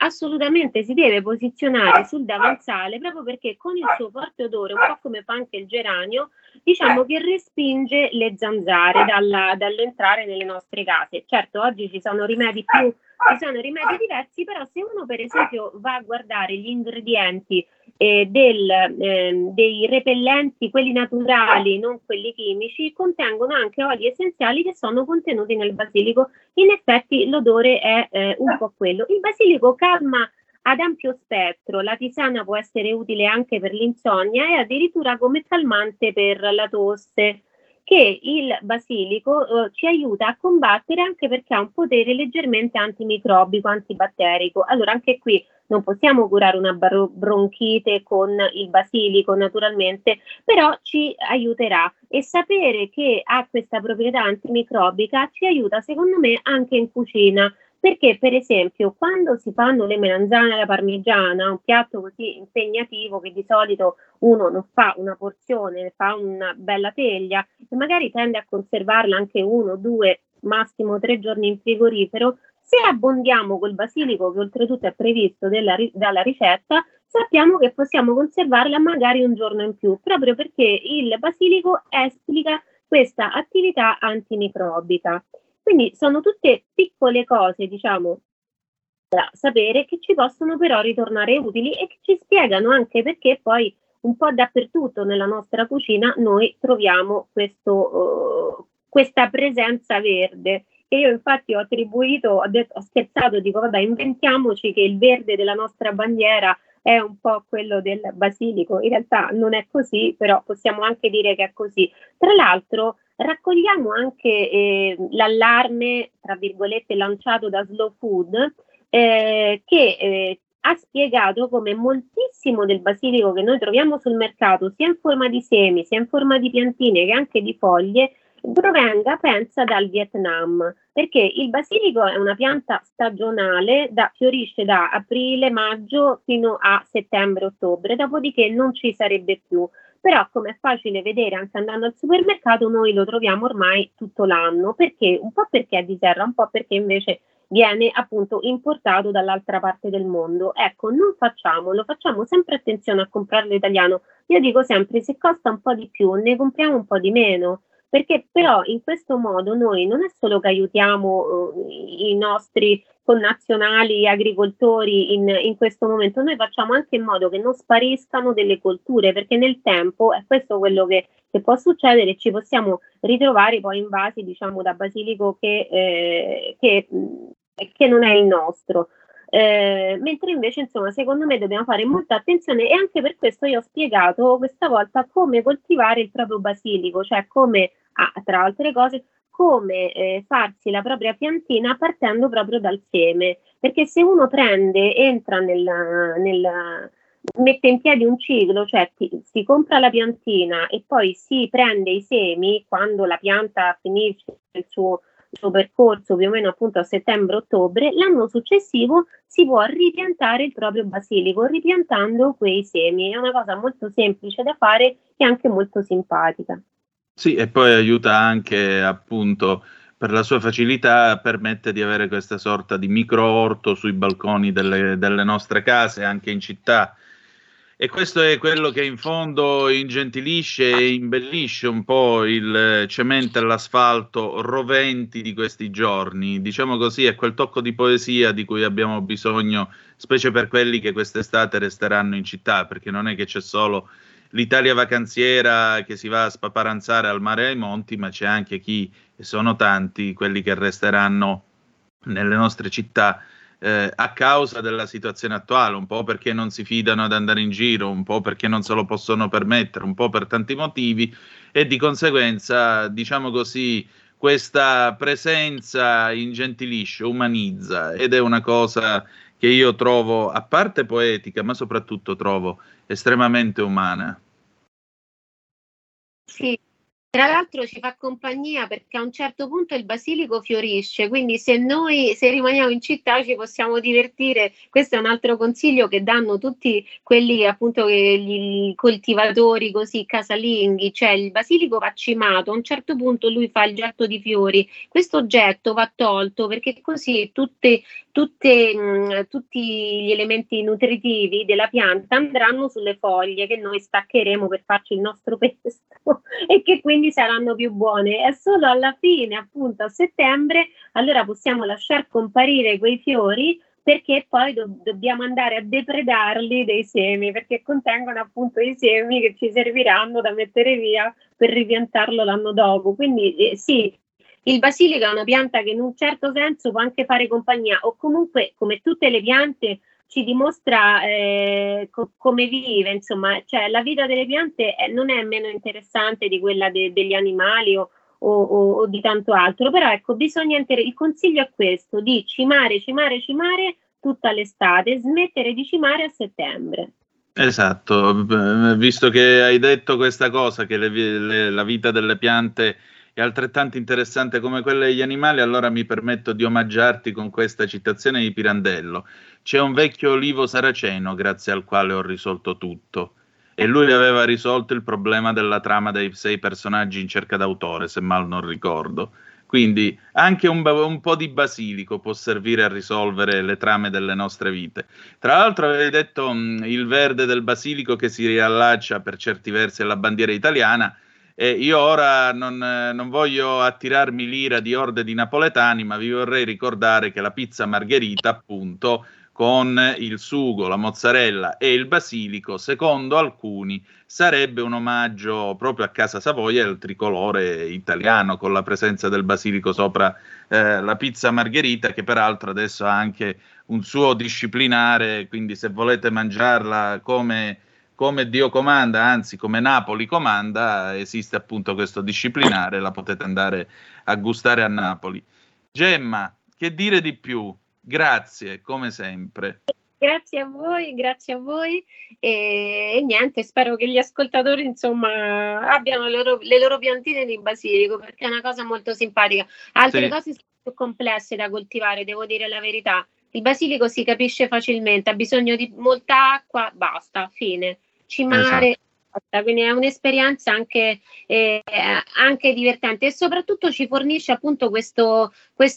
deve posizionare sul davanzale, proprio perché con il suo forte odore, un po' come fa anche il geranio, diciamo che respinge le zanzare dall'entrare nelle nostre case. Certo, oggi ci sono rimedi diversi, però se uno per esempio va a guardare gli ingredienti dei repellenti, quelli naturali, non quelli chimici, contengono anche oli essenziali che sono contenuti nel basilico. In effetti l'odore è un po' quello. Il basilico calma ad ampio spettro, la tisana può essere utile anche per l'insonnia e addirittura come calmante per la tosse. che il basilico ci aiuta a combattere, anche perché ha un potere leggermente antimicrobico, antibatterico. Allora anche qui non possiamo curare una bronchite con il basilico naturalmente, però ci aiuterà, e sapere che ha questa proprietà antimicrobica ci aiuta secondo me anche in cucina, perché per esempio quando si fanno le melanzane alla parmigiana, un piatto così impegnativo che di solito uno non fa una porzione, ne fa una bella teglia e magari tende a conservarla anche 1, 2, massimo 3 giorni in frigorifero, se abbondiamo col basilico, che oltretutto è previsto dalla ricetta, sappiamo che possiamo conservarla magari un giorno in più, proprio perché il basilico esplica questa attività antimicrobica. Quindi sono tutte piccole cose, diciamo, da sapere, che ci possono però ritornare utili e che ci spiegano anche perché poi un po' dappertutto nella nostra cucina noi troviamo questa presenza verde. E io infatti ho attribuito, ho scherzato, dico vabbè, inventiamoci che il verde della nostra bandiera è un po' quello del basilico. In realtà non è così, però possiamo anche dire che è così. Tra l'altro raccogliamo anche l'allarme, tra virgolette, lanciato da Slow Food, che ha spiegato come moltissimo del basilico che noi troviamo sul mercato, sia in forma di semi, sia in forma di piantine che anche di foglie, provenga, pensa, dal Vietnam, perché il basilico è una pianta stagionale, fiorisce da aprile-maggio fino a settembre-ottobre, dopodiché non ci sarebbe più. Però, come è facile vedere anche andando al supermercato, noi lo troviamo ormai tutto l'anno, perché un po' perché è di terra, un po' perché invece viene appunto importato dall'altra parte del mondo. Ecco, non facciamolo, facciamo sempre attenzione a comprarlo italiano. Io dico sempre, se costa un po' di più, ne compriamo un po' di meno, perché però in questo modo noi non è solo che aiutiamo i nostri connazionali agricoltori in questo momento, noi facciamo anche in modo che non spariscano delle colture, perché nel tempo è questo quello che può succedere, ci possiamo ritrovare poi invasi, diciamo, da basilico che non è il nostro. Mentre invece, insomma, secondo me dobbiamo fare molta attenzione, e anche per questo io ho spiegato questa volta come coltivare il proprio basilico, cioè come, tra altre cose, come farsi la propria piantina partendo proprio dal seme, perché se uno entra mette in piedi un ciclo, cioè si compra la piantina e poi si prende i semi quando la pianta finisce il suo percorso, più o meno appunto a settembre-ottobre, l'anno successivo si può ripiantare il proprio basilico ripiantando quei semi. È una cosa molto semplice da fare e anche molto simpatica. Sì, e poi aiuta anche, appunto, per la sua facilità, permette di avere questa sorta di micro orto sui balconi delle nostre case, anche in città. E questo è quello che in fondo ingentilisce e imbellisce un po' il cemento e l'asfalto roventi di questi giorni. Diciamo così, è quel tocco di poesia di cui abbiamo bisogno, specie per quelli che quest'estate resteranno in città, perché non è che c'è solo l'Italia vacanziera che si va a spaparanzare al mare e ai monti, ma c'è anche chi, e sono tanti, quelli che resteranno nelle nostre città a causa della situazione attuale, un po' perché non si fidano ad andare in giro, un po' perché non se lo possono permettere, un po' per tanti motivi, e di conseguenza, diciamo così, questa presenza ingentilisce, umanizza, ed è una cosa che io trovo, a parte poetica, ma soprattutto trovo estremamente umana. Sì. Tra l'altro ci fa compagnia perché a un certo punto il basilico fiorisce, quindi se rimaniamo in città ci possiamo divertire. Questo è un altro consiglio che danno tutti quelli, appunto, gli coltivatori così casalinghi, cioè il basilico va cimato, a un certo punto lui fa il getto di fiori, questo getto va tolto perché così tutti gli elementi nutritivi della pianta andranno sulle foglie che noi staccheremo per farci il nostro pesto e che quindi saranno più buone. È solo alla fine, appunto a settembre, allora possiamo lasciar comparire quei fiori, perché poi dobbiamo andare a depredarli dei semi, perché contengono appunto i semi che ci serviranno da mettere via per ripiantarlo l'anno dopo. Quindi sì, il basilico è una pianta che in un certo senso può anche fare compagnia, o comunque, come tutte le piante, ci dimostra come vive, insomma, cioè la vita delle piante non è meno interessante di quella degli animali o di tanto altro, però ecco, il consiglio è questo, di cimare tutta l'estate, smettere di cimare a settembre. Esatto, visto che hai detto questa cosa, che la vita delle piante è altrettanto interessante come quella degli animali, allora mi permetto di omaggiarti con questa citazione di Pirandello. C'è un vecchio olivo saraceno grazie al quale ho risolto tutto. E lui aveva risolto il problema della trama dei 6 personaggi in cerca d'autore, se mal non ricordo. Quindi anche un po' di basilico può servire a risolvere le trame delle nostre vite. Tra l'altro avevi detto il verde del basilico che si riallaccia per certi versi alla bandiera italiana. Io ora non voglio attirarmi l'ira di orde di napoletani, ma vi vorrei ricordare che la pizza margherita, appunto, con il sugo, la mozzarella e il basilico, secondo alcuni, sarebbe un omaggio proprio a Casa Savoia e al tricolore italiano, con la presenza del basilico sopra la pizza margherita, che peraltro adesso ha anche un suo disciplinare, quindi se volete mangiarla come Dio comanda, anzi come Napoli comanda, esiste appunto questo disciplinare, la potete andare a gustare a Napoli. Gemma, che dire di più? Grazie, come sempre. Grazie a voi e niente, spero che gli ascoltatori insomma abbiano le loro piantine di basilico, perché è una cosa molto simpatica. Altre cose sono più complesse da coltivare, devo dire la verità. Il basilico si capisce facilmente, ha bisogno di molta acqua, basta, fine. Cimare, basta. Quindi è un'esperienza anche divertente e soprattutto ci fornisce appunto questo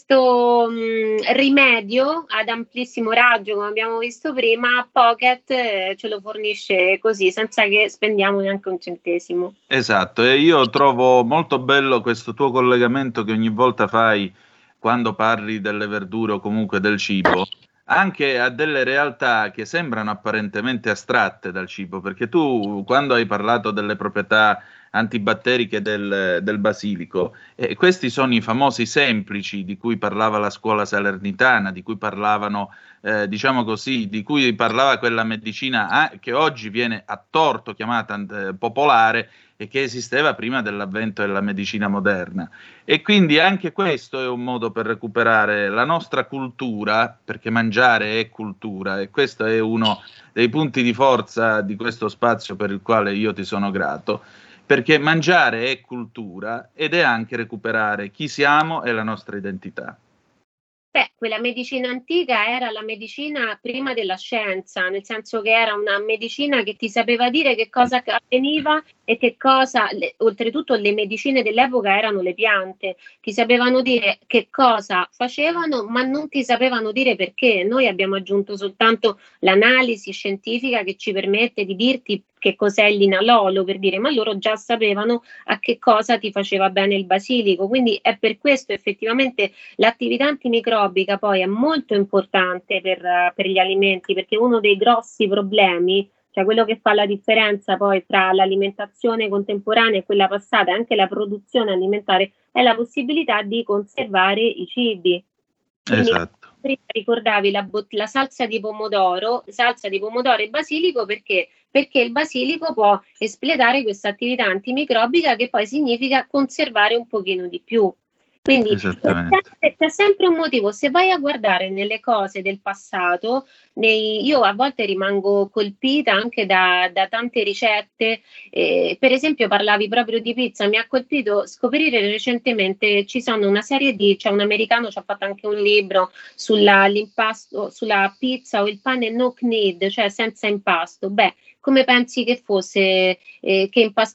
rimedio ad amplissimo raggio, come abbiamo visto prima. Pocket ce lo fornisce così, senza che spendiamo neanche un centesimo. Esatto, e io trovo molto bello questo tuo collegamento che ogni volta fai quando parli delle verdure o comunque del cibo, anche a delle realtà che sembrano apparentemente astratte dal cibo, perché tu quando hai parlato delle proprietà antibatteriche del basilico, questi sono i famosi semplici di cui parlava la scuola salernitana, di cui parlavano, diciamo così, di cui parlava quella medicina che oggi viene a torto chiamata popolare e che esisteva prima dell'avvento della medicina moderna. E quindi anche questo è un modo per recuperare la nostra cultura, perché mangiare è cultura, e questo è uno dei punti di forza di questo spazio per il quale io ti sono grato, perché mangiare è cultura ed è anche recuperare chi siamo e la nostra identità. Beh, quella medicina antica era la medicina prima della scienza, nel senso che era una medicina che ti sapeva dire che cosa avveniva e che cosa, oltretutto le medicine dell'epoca erano le piante, ti sapevano dire che cosa facevano, ma non ti sapevano dire perché. Noi abbiamo aggiunto soltanto l'analisi scientifica che ci permette di dirti che cos'è il linalolo, per dire, ma loro già sapevano a che cosa ti faceva bene il basilico, quindi è per questo effettivamente l'attività antimicrobica poi è molto importante per gli alimenti, perché uno dei grossi problemi, cioè quello che fa la differenza poi tra l'alimentazione contemporanea e quella passata, anche la produzione alimentare, è la possibilità di conservare i cibi. Quindi, esatto. Prima ricordavi la salsa di pomodoro e basilico perché il basilico può espletare questa attività antimicrobica che poi significa conservare un pochino di più. Quindi c'è sempre un motivo. Se vai a guardare nelle cose del passato, io a volte rimango colpita anche da tante ricette. Per esempio parlavi proprio di pizza, mi ha colpito scoprire recentemente, ci sono una serie c'è un americano, ci ha fatto anche un libro sull'impasto, sulla pizza o il pane no knead, cioè senza impasto. Beh, come pensi che fosse che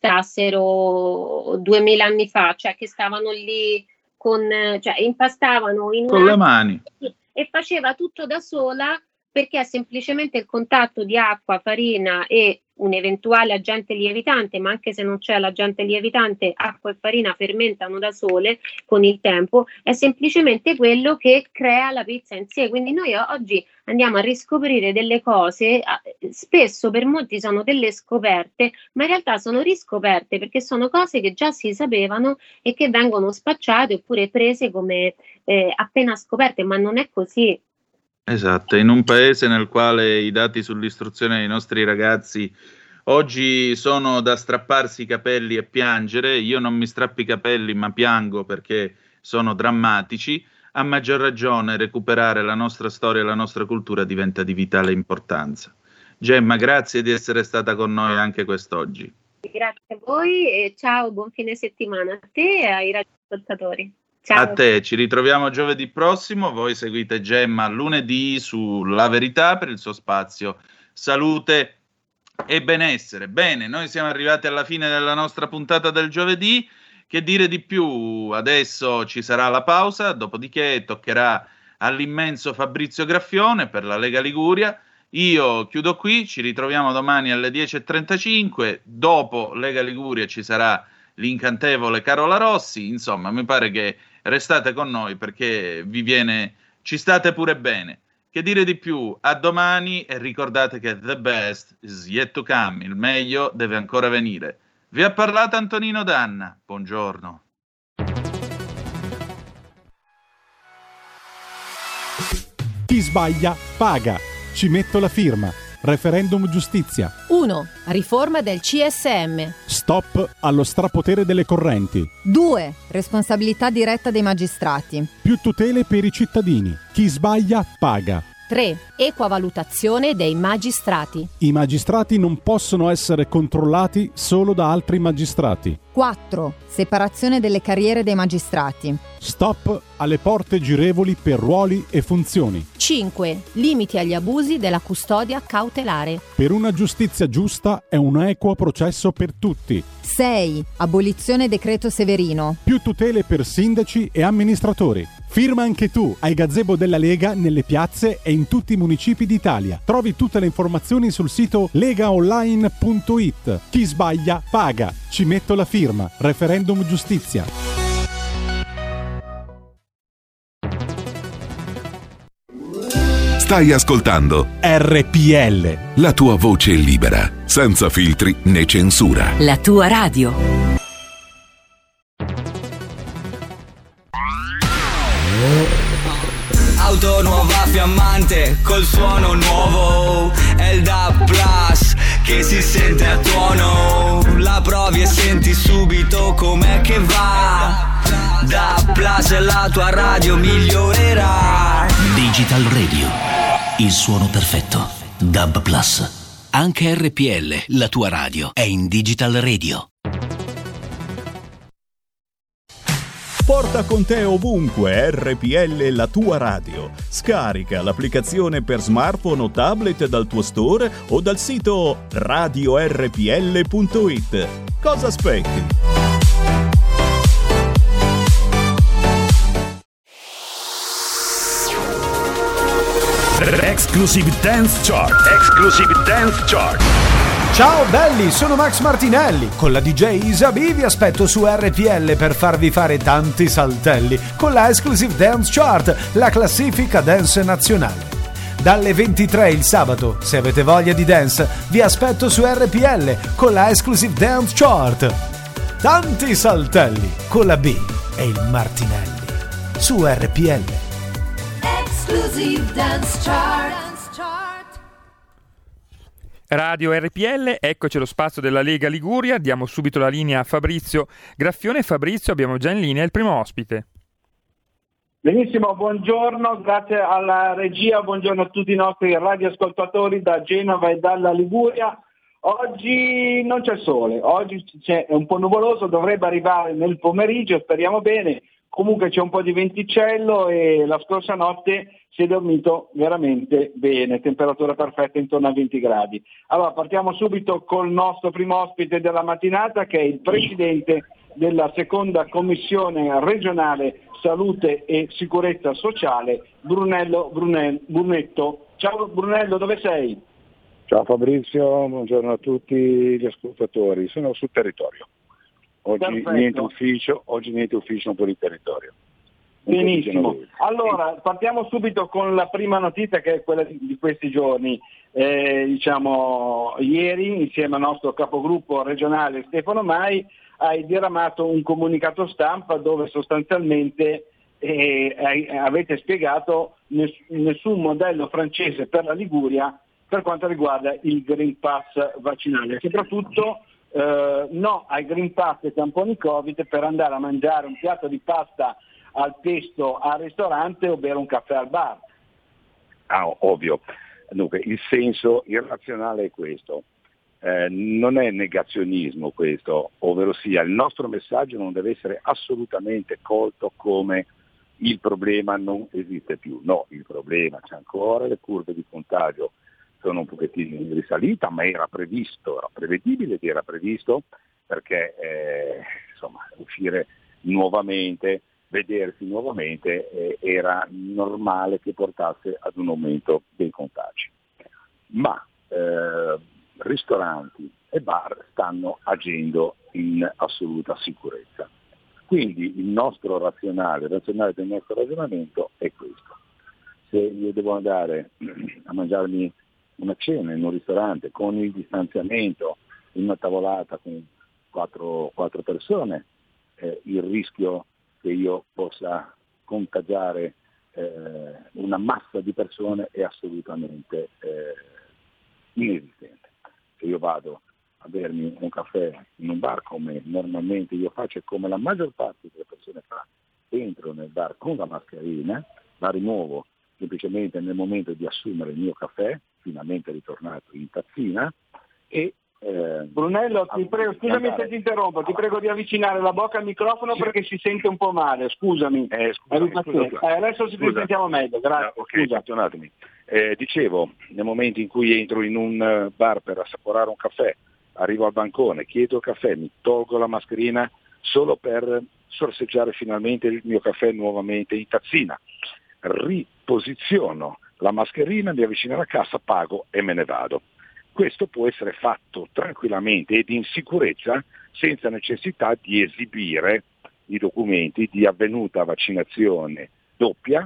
impastassero 2000 anni fa, cioè che stavano lì cioè impastavano con le mani e faceva tutto da sola, perché semplicemente il contatto di acqua, farina e un eventuale agente lievitante, ma anche se non c'è l'agente lievitante, acqua e farina fermentano da sole con il tempo, è semplicemente quello che crea la pizza in sé. Quindi noi oggi andiamo a riscoprire delle cose, spesso per molti sono delle scoperte, ma in realtà sono riscoperte perché sono cose che già si sapevano e che vengono spacciate oppure prese come appena scoperte, ma non è così. Esatto, in un paese nel quale i dati sull'istruzione dei nostri ragazzi oggi sono da strapparsi i capelli e piangere, io non mi strappo i capelli ma piango perché sono drammatici, a maggior ragione recuperare la nostra storia e la nostra cultura diventa di vitale importanza. Gemma, grazie di essere stata con noi anche quest'oggi. Grazie a voi e ciao, buon fine settimana a te e ai radioascoltatori. Ciao. A te, ci ritroviamo giovedì prossimo, voi seguite Gemma lunedì su La Verità per il suo spazio Salute e Benessere. Bene, noi siamo arrivati alla fine della nostra puntata del giovedì, che dire di più? Adesso ci sarà la pausa, dopodiché toccherà all'immenso Fabrizio Graffione per la Lega Liguria. Io chiudo qui, ci ritroviamo domani alle 10.35, dopo Lega Liguria ci sarà l'incantevole Carola Rossi, insomma mi pare che restate con noi perché ci state pure bene. Che dire di più? A domani e ricordate che the best is yet to come, il meglio deve ancora venire. Vi ha parlato Antonino Danna, buongiorno. Chi sbaglia paga. Ci metto la firma. Referendum giustizia. 1. Riforma del CSM. Stop allo strapotere delle correnti. 2. Responsabilità diretta dei magistrati. Più tutele per i cittadini. Chi sbaglia paga. 3. Equa valutazione dei magistrati. I magistrati non possono essere controllati solo da altri magistrati. 4. Separazione delle carriere dei magistrati. Stop alle porte girevoli per ruoli e funzioni. 5. Limiti agli abusi della custodia cautelare. Per una giustizia giusta e un equo processo per tutti. 6. Abolizione decreto Severino. Più tutele per sindaci e amministratori. Firma anche tu ai gazebo della Lega nelle piazze e in tutti i municipi d'Italia. Trovi tutte le informazioni sul sito legaonline.it. Chi sbaglia paga. Ci metto la firma. Referendum giustizia. Stai ascoltando RPL. La tua voce libera, senza filtri né censura. La tua radio. Auto nuova fiammante col suono nuovo, è il DAB Plus che si sente a tuono. La provi e senti subito com'è che va. DAB Plus e la tua radio migliorerà. Digital Radio, il suono perfetto. DAB Plus. Anche RPL, la tua radio, è in Digital Radio. Porta con te ovunque RPL, la tua radio. Scarica l'applicazione per smartphone o tablet dal tuo store o dal sito radiorpl.it. Cosa aspetti? Exclusive Dance Chart. Exclusive Dance Chart. Ciao belli, sono Max Martinelli. Con la DJ Isabi vi aspetto su RPL per farvi fare tanti saltelli con la Exclusive Dance Chart, la classifica dance nazionale. Dalle 23 il sabato, se avete voglia di dance, vi aspetto su RPL con la Exclusive Dance Chart. Tanti saltelli con la B e il Martinelli su RPL. Exclusive Dance Chart. Radio RPL, eccoci allo spazio della Lega Liguria, diamo subito la linea a Fabrizio Graffione. Fabrizio, abbiamo già in linea il primo ospite. Benissimo, buongiorno, grazie alla regia, buongiorno a tutti i nostri radioascoltatori da Genova e dalla Liguria. Oggi non c'è sole, oggi è un po' nuvoloso, dovrebbe arrivare nel pomeriggio, speriamo bene. Comunque c'è un po' di venticello e la scorsa notte si è dormito veramente bene, temperatura perfetta intorno a 20 gradi. Allora partiamo subito col nostro primo ospite della mattinata, che è il presidente della seconda commissione regionale salute e sicurezza sociale, Brunetto. Ciao Brunello, dove sei? Ciao Fabrizio, buongiorno a tutti gli ascoltatori, sono sul territorio. Oggi niente ufficio, un po' di territorio. Benissimo, allora partiamo subito con la prima notizia, che è quella di questi giorni. Ieri insieme al nostro capogruppo regionale Stefano Mai hai diramato un comunicato stampa dove sostanzialmente e avete spiegato nessun modello francese per la Liguria per quanto riguarda il Green Pass vaccinale, soprattutto no ai Green Pass e tamponi Covid per andare a mangiare un piatto di pasta al pesto al ristorante o bere un caffè al bar. Ovvio. Dunque, il senso irrazionale è questo. Non è negazionismo questo, ovvero sia il nostro messaggio non deve essere assolutamente colto come il problema non esiste più. No, il problema c'è ancora, le curve di contagio sono un pochettino in risalita, ma era previsto, era prevedibile ed era previsto perché uscire nuovamente, vedersi nuovamente era normale che portasse ad un aumento dei contagi. Ma ristoranti e bar stanno agendo in assoluta sicurezza. Quindi il razionale del nostro ragionamento è questo. Se io devo andare a mangiarmi una cena in un ristorante con il distanziamento in una tavolata con quattro persone, il rischio che io possa contagiare una massa di persone è assolutamente inesistente. Se io vado a bermi un caffè in un bar come normalmente io faccio e come la maggior parte delle persone fa, entro nel bar con la mascherina, la rimuovo semplicemente nel momento di assumere il mio caffè, finalmente ritornato in tazzina, e Brunello, ti prego, scusami se ti interrompo, ti prego di avvicinare la bocca al microfono perché si sente un po' male, scusami. Adesso ci sentiamo meglio, grazie. Ok, perdonatemi. Dicevo, nel momento in cui entro in un bar per assaporare un caffè, arrivo al bancone, chiedo il caffè, mi tolgo la mascherina solo per sorseggiare finalmente il mio caffè nuovamente in tazzina, riposiziono la mascherina, mi avvicino alla cassa, pago e me ne vado. Questo può essere fatto tranquillamente ed in sicurezza senza necessità di esibire i documenti di avvenuta vaccinazione doppia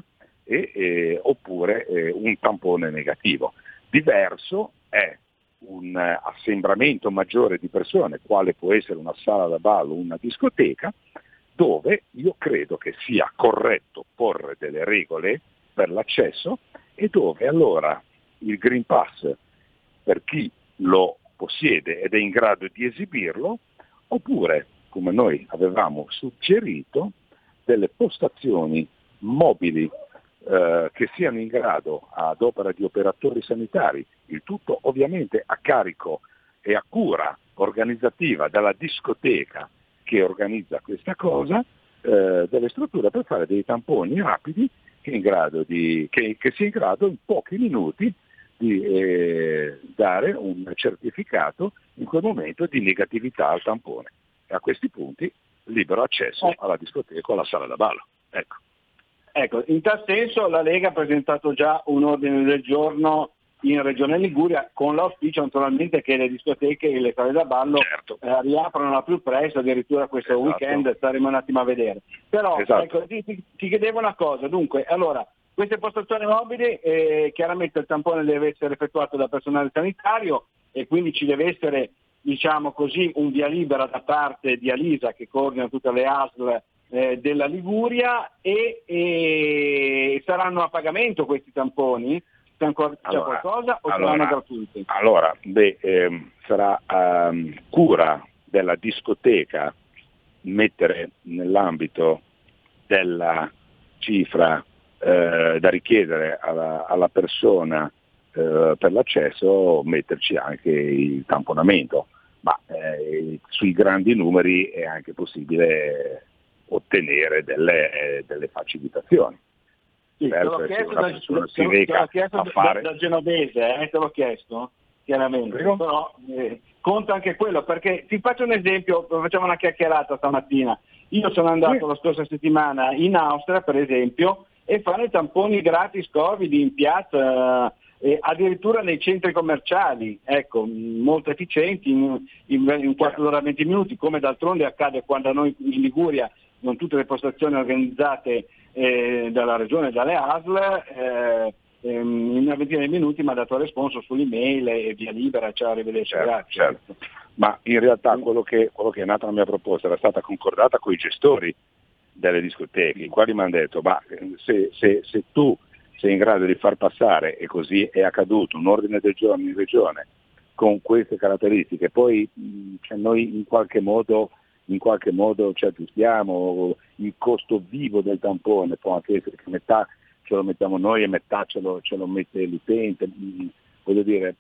oppure un tampone negativo. Diverso è un assembramento maggiore di persone, quale può essere una sala da ballo o una discoteca, dove io credo che sia corretto porre delle regole per l'accesso e dove allora il Green Pass, per chi lo possiede ed è in grado di esibirlo, oppure, come noi avevamo suggerito, delle postazioni mobili che siano in grado, ad opera di operatori sanitari, il tutto ovviamente a carico e a cura organizzativa della discoteca che organizza questa cosa, delle strutture per fare dei tamponi rapidi che sia in grado in pochi minuti di dare un certificato in quel momento di negatività al tampone. E a questi punti libero accesso alla discoteca o alla sala da ballo. Ecco, in tal senso la Lega ha presentato già un ordine del giorno in Regione Liguria con l'auspicio naturalmente che le discoteche e le sale da ballo riaprano al più presto, addirittura questo weekend staremo un attimo a vedere. Però ecco, ti chiedevo una cosa, dunque, allora, queste postazioni mobili, chiaramente il tampone deve essere effettuato da personale sanitario e quindi ci deve essere, diciamo così, un via libera da parte di Alisa che coordina tutte le ASL della Liguria e saranno a pagamento questi tamponi? C'è ancora qualcosa o saranno gratuiti? Allora, sarà cura della discoteca mettere nell'ambito della cifra da richiedere alla persona per l'accesso, metterci anche il tamponamento, ma sui grandi numeri è anche possibile ottenere delle facilitazioni. Sì, te l'ho chiesto da genovese, te l'ho chiesto chiaramente, però conta anche quello, perché ti faccio un esempio, facciamo una chiacchierata stamattina. Io sono andato la scorsa settimana in Austria, per esempio, e fanno i tamponi gratis Covid in piazza, addirittura nei centri commerciali, ecco, molto efficienti, in 4 ore e 20 minuti, come d'altronde accade quando noi in Liguria, con tutte le postazioni organizzate dalla regione e dalle ASL, in una ventina di minuti mi ha dato il responso sull'email e via libera, ciao, arrivederci, grazie. Certo. Ma in realtà quello che è nata la mia proposta era stata concordata con i gestori delle discoteche, i quali mi hanno detto ma se tu sei in grado di far passare, e così è accaduto, un ordine del giorno in regione con queste caratteristiche, poi noi in qualche modo ci aggiustiamo, il costo vivo del tampone può anche essere che metà ce lo mettiamo noi e metà ce lo mette l'utente, voglio dire,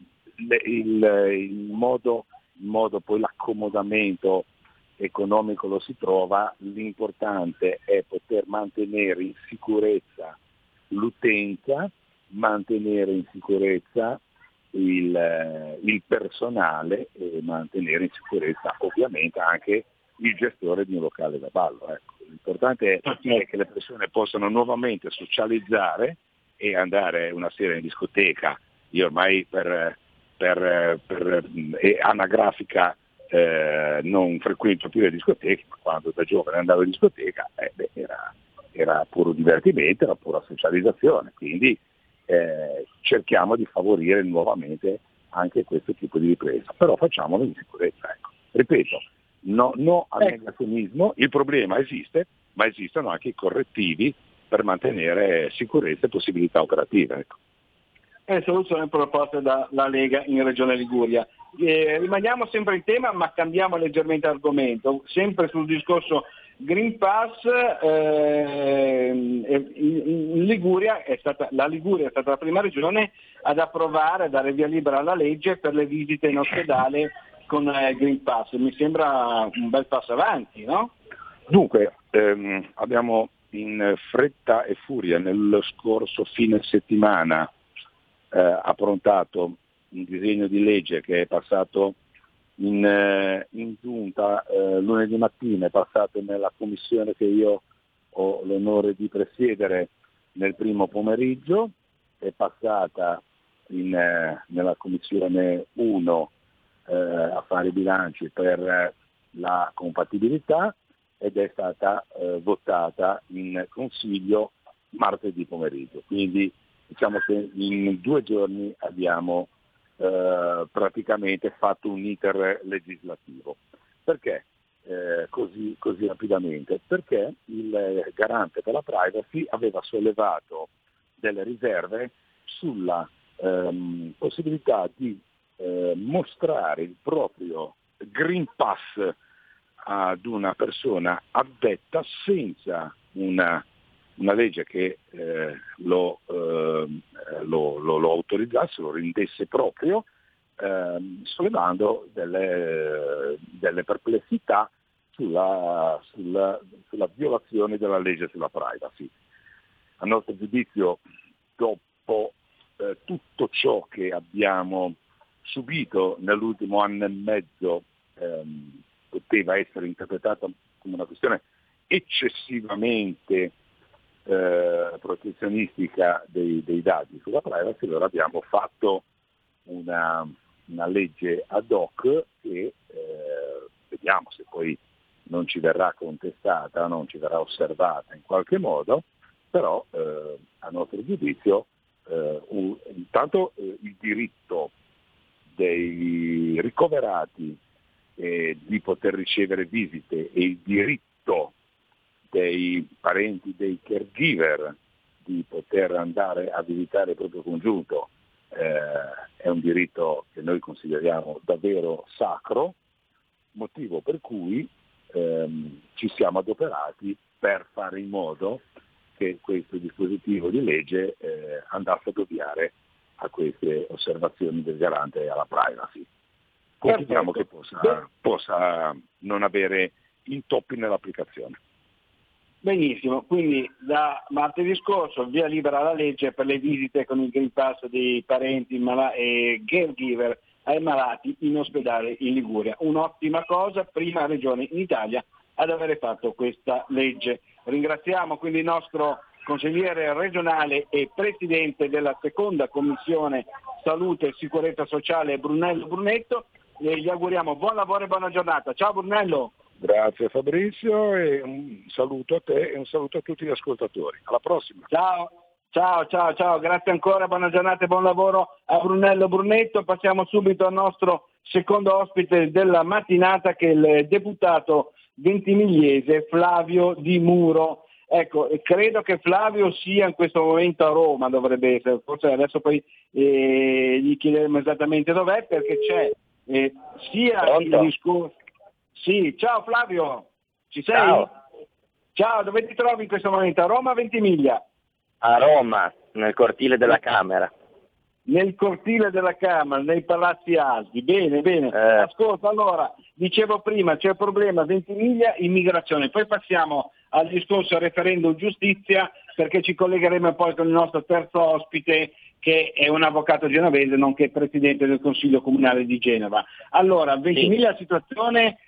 il modo poi l'accomodamento economico lo si trova, l'importante è poter mantenere in sicurezza l'utenza, mantenere in sicurezza il personale e mantenere in sicurezza ovviamente anche il gestore di un locale da ballo. Ecco. L'importante è che le persone possano nuovamente socializzare e andare una sera in discoteca. Io ormai per anagrafica non frequento più le discoteche, ma quando da giovane andavo in discoteca era puro divertimento, era pura socializzazione, quindi cerchiamo di favorire nuovamente anche questo tipo di ripresa, però facciamolo in sicurezza. Ecco. Ripeto, no al negazionismo, il problema esiste, ma esistono anche i correttivi per mantenere sicurezza e possibilità operative. Ecco. Soluzioni proposte dalla Lega in Regione Liguria. Rimaniamo sempre in tema, ma cambiamo leggermente argomento, sempre sul discorso Green Pass. In Liguria la Liguria è stata la prima regione ad approvare, a dare via libera alla legge per le visite in ospedale con Green Pass. Mi sembra un bel passo avanti, no? Dunque, abbiamo in fretta e furia nello scorso fine settimana approntato un disegno di legge che è passato in giunta lunedì mattina, è passato nella commissione che io ho l'onore di presiedere nel primo pomeriggio, è passata nella commissione 1 affari bilanci per la compatibilità ed è stata votata in consiglio martedì pomeriggio. Quindi diciamo che in 2 giorni abbiamo praticamente fatto un iter legislativo. Perché così rapidamente? Perché il garante per la privacy aveva sollevato delle riserve sulla possibilità di mostrare il proprio Green Pass ad una persona addetta senza una legge che lo autorizzasse, lo rendesse proprio, sollevando delle perplessità sulla violazione della legge sulla privacy. A nostro giudizio, dopo tutto ciò che abbiamo subito nell'ultimo anno e mezzo, poteva essere interpretata come una questione eccessivamente protezionistica dei dati sulla privacy. Allora abbiamo fatto una legge ad hoc che vediamo se poi non ci verrà contestata, non ci verrà osservata in qualche modo, però a nostro giudizio intanto il diritto dei ricoverati di poter ricevere visite e il diritto dei parenti, dei caregiver di poter andare a visitare il proprio congiunto è un diritto che noi consideriamo davvero sacro, motivo per cui ci siamo adoperati per fare in modo che questo dispositivo di legge andasse ad ovviare a queste osservazioni del garante alla privacy. Confidiamo che possa non avere intoppi nell'applicazione. Benissimo, quindi da martedì scorso via libera la legge per le visite con il Green Pass dei parenti e caregiver ai malati in ospedale in Liguria. Un'ottima cosa, prima regione in Italia ad avere fatto questa legge. Ringraziamo quindi il nostro consigliere regionale e presidente della seconda commissione salute e sicurezza sociale Brunello Brunetto e gli auguriamo buon lavoro e buona giornata. Ciao Brunello. Grazie Fabrizio e un saluto a te e un saluto a tutti gli ascoltatori. Alla prossima. Ciao, grazie ancora, buona giornata e buon lavoro a Brunello Brunetto. Passiamo subito al nostro secondo ospite della mattinata che è il deputato ventimigliese Flavio Di Muro. Ecco, credo che Flavio sia in questo momento a Roma, dovrebbe essere, forse adesso poi gli chiederemo esattamente dov'è, perché c'è sia Pronto? il discorso. Sì, ciao Flavio, ci sei? Ciao. Ciao, dove ti trovi in questo momento? A Roma o a Ventimiglia? A Roma, nel cortile della Camera. Nel cortile della Camera, nei palazzi alti. Bene, bene. Ascolta, allora, dicevo prima, c'è il problema Ventimiglia, immigrazione. Poi passiamo al discorso referendum giustizia, perché ci collegheremo poi con il nostro terzo ospite, che è un avvocato genovese, nonché presidente del Consiglio Comunale di Genova. Allora, Ventimiglia, la situazione,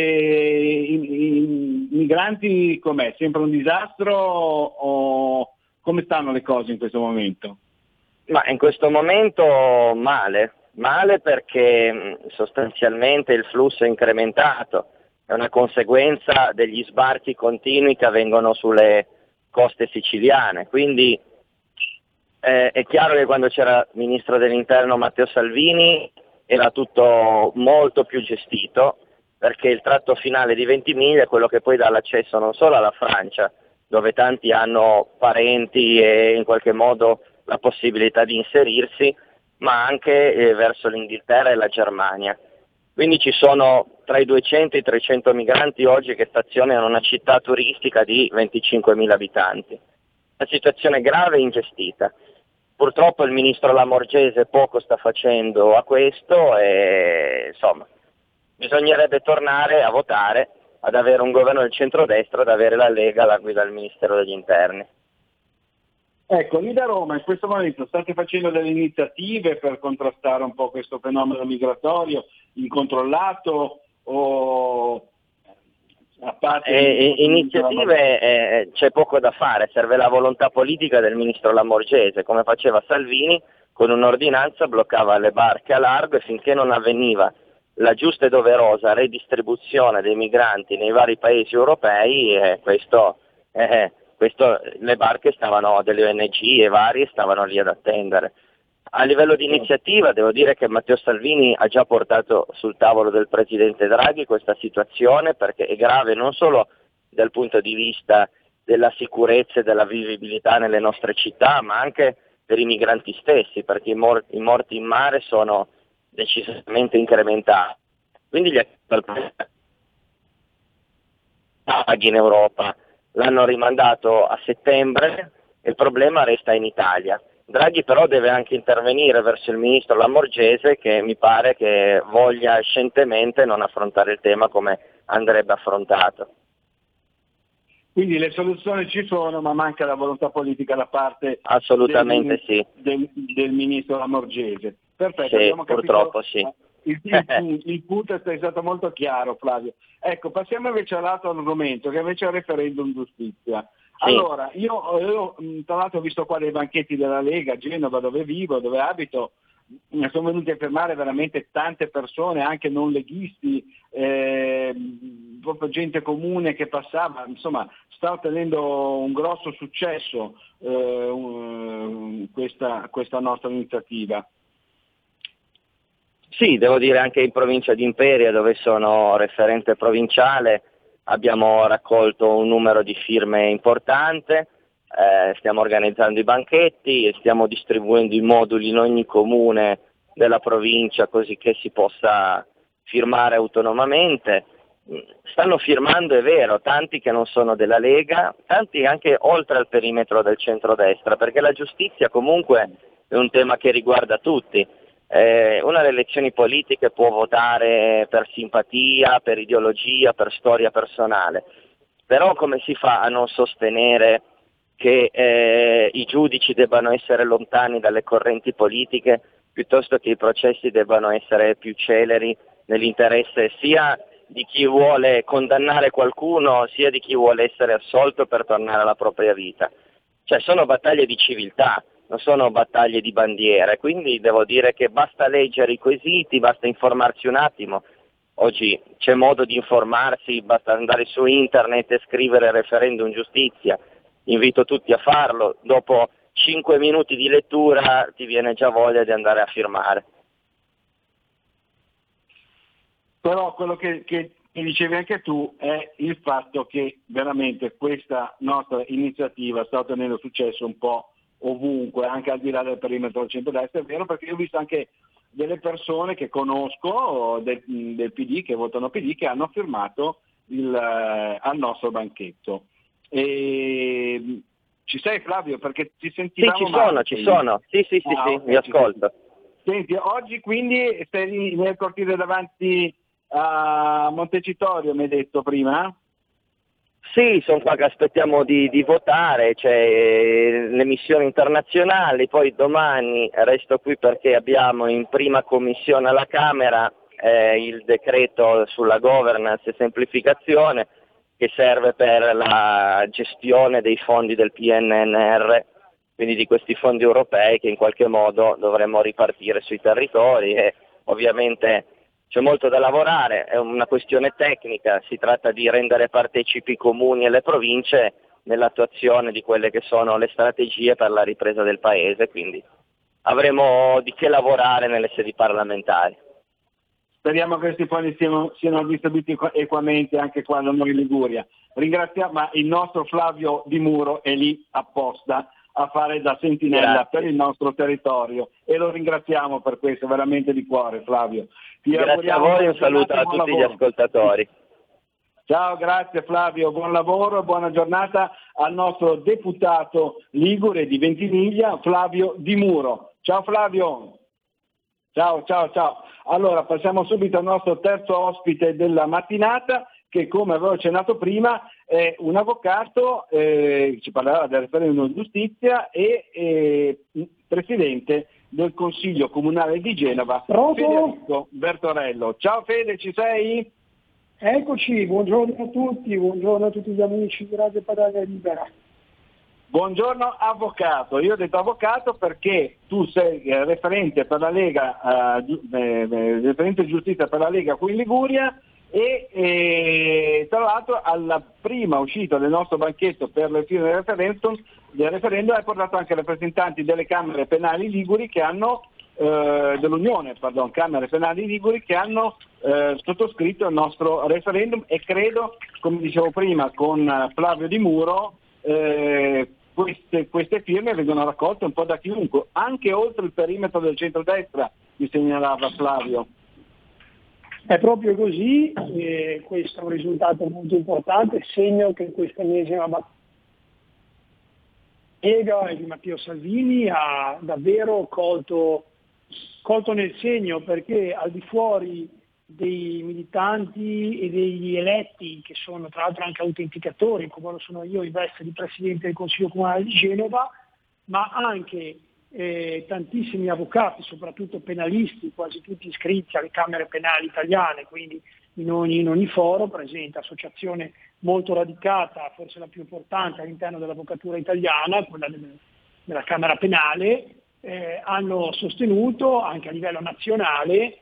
i migranti com'è? Sempre un disastro o come stanno le cose in questo momento? Ma in questo momento male perché sostanzialmente il flusso è incrementato, è una conseguenza degli sbarchi continui che avvengono sulle coste siciliane, quindi è chiaro che quando c'era il ministro dell'interno Matteo Salvini era tutto molto più gestito, perché il tratto finale di Ventimiglia è quello che poi dà l'accesso non solo alla Francia, dove tanti hanno parenti e in qualche modo la possibilità di inserirsi, ma anche verso l'Inghilterra e la Germania. Quindi ci sono tra i 200 e i 300 migranti oggi che stazionano in una città turistica di 25.000 abitanti. La situazione è grave e ingestita. Purtroppo il ministro Lamorgese poco sta facendo a questo e insomma bisognerebbe tornare a votare, ad avere un governo del centrodestra, ad avere la Lega alla guida del Ministero degli Interni. Ecco, lì da Roma in questo momento state facendo delle iniziative per contrastare un po' questo fenomeno migratorio incontrollato o a parte iniziative c'è poco da fare, serve la volontà politica del ministro Lamorgese, come faceva Salvini, con un'ordinanza bloccava le barche a largo e finché non avveniva la giusta e doverosa redistribuzione dei migranti nei vari paesi europei, questo le barche stavano, delle ONG e varie stavano lì ad attendere. A livello di iniziativa devo dire che Matteo Salvini ha già portato sul tavolo del presidente Draghi questa situazione, perché è grave non solo dal punto di vista della sicurezza e della vivibilità nelle nostre città, ma anche per i migranti stessi, perché i morti in mare sono decisamente incrementati. Quindi gli paghi in Europa l'hanno rimandato a settembre e il problema resta in Italia. Draghi però deve anche intervenire verso il ministro Lamorgese, che mi pare che voglia scientemente non affrontare il tema come andrebbe affrontato. Quindi le soluzioni ci sono, ma manca la volontà politica da parte assolutamente del ministro Lamorgese. Perfetto, sì, abbiamo capito. Purtroppo sì. Il punto è stato molto chiaro, Flavio. Ecco, passiamo invece all'altro argomento, che invece è il referendum giustizia. Sì. Allora, io tra l'altro ho visto qua dei banchetti della Lega a Genova, dove vivo, dove abito, sono venuti a fermare veramente tante persone, anche non leghisti, proprio gente comune che passava, insomma sta ottenendo un grosso successo questa nostra iniziativa. Sì, devo dire anche in provincia di Imperia, dove sono referente provinciale, abbiamo raccolto un numero di firme importante, stiamo organizzando i banchetti e stiamo distribuendo i moduli in ogni comune della provincia così che si possa firmare autonomamente. Stanno firmando, è vero, tanti che non sono della Lega, tanti anche oltre al perimetro del centrodestra, perché la giustizia comunque è un tema che riguarda tutti. Una delle elezioni politiche può votare per simpatia, per ideologia, per storia personale, però come si fa a non sostenere che i giudici debbano essere lontani dalle correnti politiche piuttosto che i processi debbano essere più celeri nell'interesse sia di chi vuole condannare qualcuno sia di chi vuole essere assolto per tornare alla propria vita? Cioè sono battaglie di civiltà, non sono battaglie di bandiere, quindi devo dire che basta leggere i quesiti, basta informarsi un attimo. Oggi c'è modo di informarsi, basta andare su internet e scrivere referendum giustizia. Invito tutti a farlo, dopo 5 minuti di lettura ti viene già voglia di andare a firmare. Però quello che e dicevi anche tu, è il fatto che veramente questa nostra iniziativa sta ottenendo successo un po' ovunque, anche al di là del perimetro del centrodestra. È vero, perché io ho visto anche delle persone che conosco del PD, che votano PD, che hanno firmato al nostro banchetto. E ci sei, Flavio? Perché ci sentivamo ci sono. Sì, vi ascolto. Senti, oggi quindi sei nel cortile davanti a Montecitorio, mi hai detto prima? Sì, sono qua che aspettiamo di votare, c'è le missioni internazionali, poi domani resto qui perché abbiamo in prima commissione alla Camera il decreto sulla governance e semplificazione che serve per la gestione dei fondi del PNRR, quindi di questi fondi europei che in qualche modo dovremmo ripartire sui territori, e ovviamente c'è molto da lavorare, è una questione tecnica, si tratta di rendere partecipi i comuni e le province nell'attuazione di quelle che sono le strategie per la ripresa del Paese, quindi avremo di che lavorare nelle sedi parlamentari. Speriamo che questi fondi siano distribuiti equamente anche qua da noi in Liguria. Ringraziamo, ma il nostro Flavio Di Muro è lì apposta a fare da sentinella per il nostro territorio e lo ringraziamo per questo, veramente di cuore, Flavio. Grazie a voi, un saluto a tutti gli ascoltatori. Ciao, grazie Flavio, buon lavoro e buona giornata al nostro deputato ligure di Ventimiglia, Flavio Di Muro. Ciao Flavio. Ciao. Allora passiamo subito al nostro terzo ospite della mattinata, che come avevo accennato prima è un avvocato, ci parlerà del referendum di giustizia e presidente del Consiglio Comunale di Genova, Federico Bertorello. Ciao Fede, ci sei? Eccoci, buongiorno a tutti gli amici di Radio Padania Libera. Buongiorno avvocato, io ho detto avvocato perché tu sei referente per la Lega, referente giustizia per la Lega qui in Liguria e tra l'altro alla prima uscita del nostro banchetto per le fine del referendum hai portato anche rappresentanti delle Camere Penali Liguri che hanno Camere Penali Liguri che hanno sottoscritto il nostro referendum e credo, come dicevo prima con Flavio Di Muro, queste firme vengono raccolte un po' da chiunque, anche oltre il perimetro del centrodestra, mi segnalava Flavio. È proprio così, questo è un risultato molto importante, segno che questa ennesima Lega e di Matteo Salvini ha davvero colto nel segno, perché al di fuori dei militanti e degli eletti, che sono tra l'altro anche autenticatori, come lo sono io in veste di Presidente del Consiglio Comunale di Genova, ma anche tantissimi avvocati, soprattutto penalisti, quasi tutti iscritti alle Camere Penali italiane, quindi in ogni foro presente, associazione molto radicata, forse la più importante all'interno dell'avvocatura italiana, quella della Camera Penale, hanno sostenuto anche a livello nazionale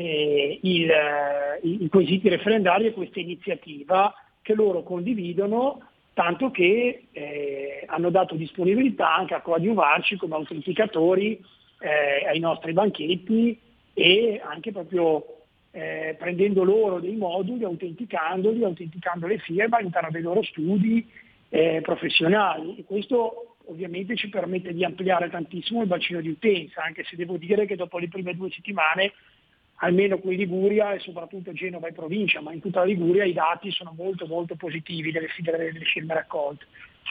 i quesiti referendari e questa iniziativa che loro condividono, tanto che hanno dato disponibilità anche a coadiuvarci come autenticatori ai nostri banchetti e anche proprio prendendo loro dei moduli, autenticando le firme all'interno dei loro studi professionali. E questo ovviamente ci permette di ampliare tantissimo il bacino di utenza, anche se devo dire che dopo le prime 2 settimane, almeno qui in Liguria e soprattutto Genova e provincia, ma in tutta la Liguria i dati sono molto molto positivi delle firme raccolte.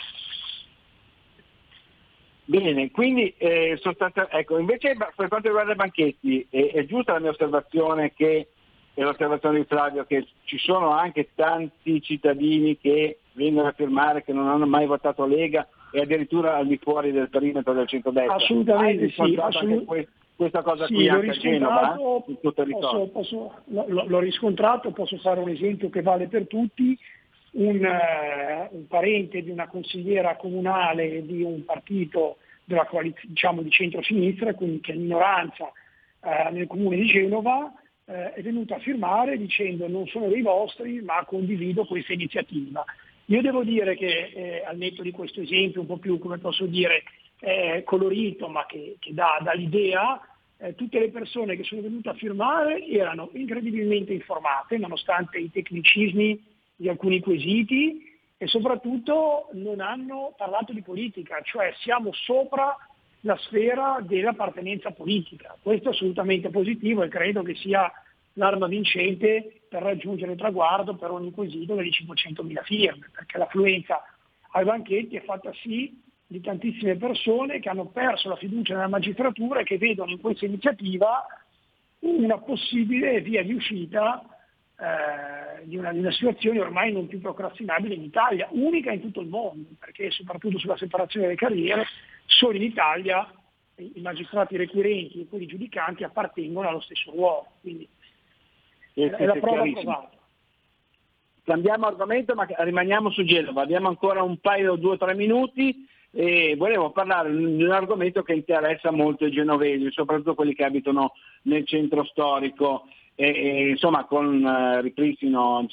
Bene, quindi ecco, invece per quanto riguarda i banchetti, è giusta la mia osservazione e l'osservazione di Flavio che ci sono anche tanti cittadini che vengono a firmare che non hanno mai votato Lega e addirittura al di fuori del perimetro del centrodestra. Assolutamente sì. Questa cosa sì, qui anche a Genova, in tutto il territorio. L'ho riscontrato, posso fare un esempio che vale per tutti. Un parente di una consigliera comunale di un partito della coalizione, di centrosinistra, quindi che è minoranza nel comune di Genova, è venuto a firmare dicendo non sono dei vostri ma condivido questa iniziativa. Io devo dire che al netto di questo esempio un po' più, come posso dire, colorito ma che dà l'idea, tutte le persone che sono venute a firmare erano incredibilmente informate, nonostante i tecnicismi di alcuni quesiti, e soprattutto non hanno parlato di politica, cioè siamo sopra la sfera dell'appartenenza politica. Questo è assolutamente positivo e credo che sia l'arma vincente per raggiungere il traguardo per ogni quesito delle 500.000 firme, perché l'affluenza ai banchetti è fatta sì di tantissime persone che hanno perso la fiducia nella magistratura e che vedono in questa iniziativa una possibile via di uscita di una situazione ormai non più procrastinabile in Italia, unica in tutto il mondo, perché soprattutto sulla separazione delle carriere, solo in Italia i magistrati requirenti e quelli giudicanti appartengono allo stesso ruolo, quindi è la prova provata. Cambiamo argomento, ma rimaniamo su Genova, abbiamo ancora un paio, 2 o 3 minuti e volevo parlare di un argomento che interessa molto i genovesi, soprattutto quelli che abitano nel centro storico. Insomma, con ripristino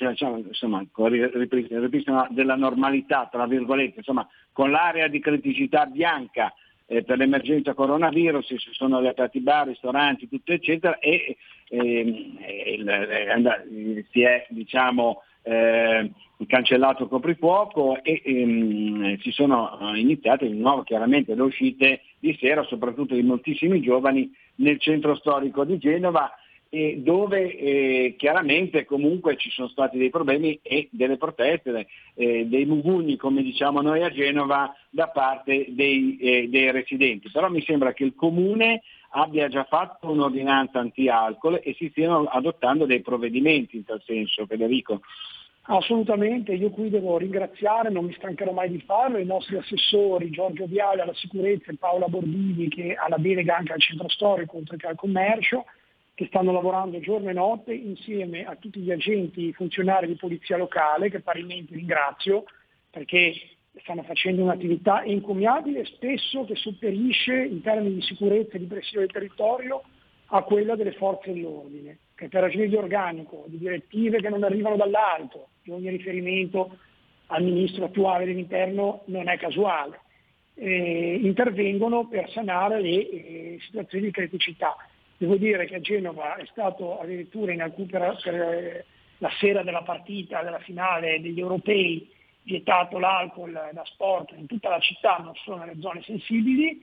della normalità, tra virgolette, insomma, con l'area di criticità bianca per l'emergenza coronavirus, ci sono riaperti bar, ristoranti, tutto eccetera, e si è cancellato il coprifuoco e si sono iniziate di nuovo chiaramente le uscite di sera, soprattutto di moltissimi giovani nel centro storico di Genova, dove chiaramente comunque ci sono stati dei problemi e delle proteste, dei mugugni, come diciamo noi a Genova, da parte dei residenti. Però mi sembra che il comune abbia già fatto un'ordinanza anti-alcol e si stiano adottando dei provvedimenti in tal senso. Federico? Assolutamente, io qui devo ringraziare, non mi stancherò mai di farlo, i nostri assessori Giorgio Viale alla sicurezza e Paola Bordini, che ha la delega anche al centro storico oltre che al commercio, che stanno lavorando giorno e notte insieme a tutti gli agenti funzionari di polizia locale, che parimenti ringrazio, perché stanno facendo un'attività encomiabile, spesso che sopperisce in termini di sicurezza e di presidio del territorio a quella delle forze dell'ordine, che per ragioni di organico, di direttive che non arrivano dall'alto, di ogni riferimento al ministro attuale dell'interno non è casuale, intervengono per sanare le situazioni di criticità. Devo dire che a Genova è stato addirittura per la sera della partita, della finale degli europei, vietato l'alcol da sport in tutta la città, non solo nelle zone sensibili,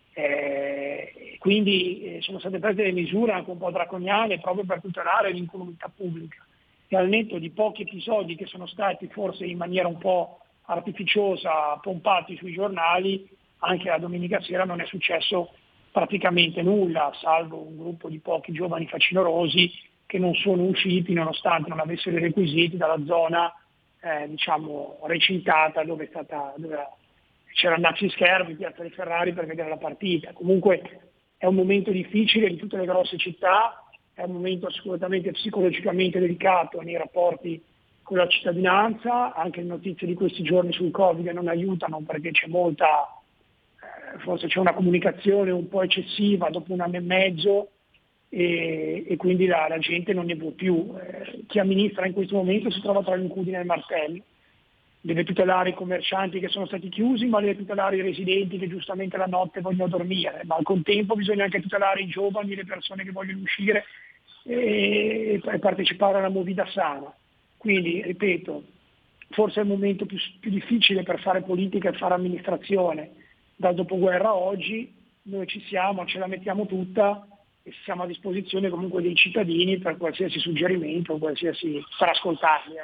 quindi sono state prese delle misure anche un po' draconiane proprio per tutelare l'incolumità pubblica. E al netto di pochi episodi che sono stati forse in maniera un po' artificiosa pompati sui giornali, anche la domenica sera non è successo praticamente nulla, salvo un gruppo di pochi giovani facinorosi che non sono usciti nonostante non avessero i requisiti dalla zona recintata dove c'era Nazi Schermi, Piazza dei Ferrari per vedere la partita. Comunque è un momento difficile in tutte le grosse città, è un momento assolutamente psicologicamente delicato nei rapporti con la cittadinanza, anche le notizie di questi giorni sul Covid non aiutano perché c'è forse c'è una comunicazione un po' eccessiva dopo un anno e mezzo e quindi la gente non ne può più. Chi amministra in questo momento si trova tra l'incudine e il martello. Deve tutelare i commercianti che sono stati chiusi, ma deve tutelare i residenti che giustamente la notte vogliono dormire, ma al contempo bisogna anche tutelare i giovani, le persone che vogliono uscire e partecipare alla movida sana. Quindi, ripeto, forse è il momento più difficile per fare politica e fare amministrazione dal dopoguerra a oggi. Noi ci siamo, ce la mettiamo tutta e siamo a disposizione comunque dei cittadini per qualsiasi suggerimento, per ascoltarli.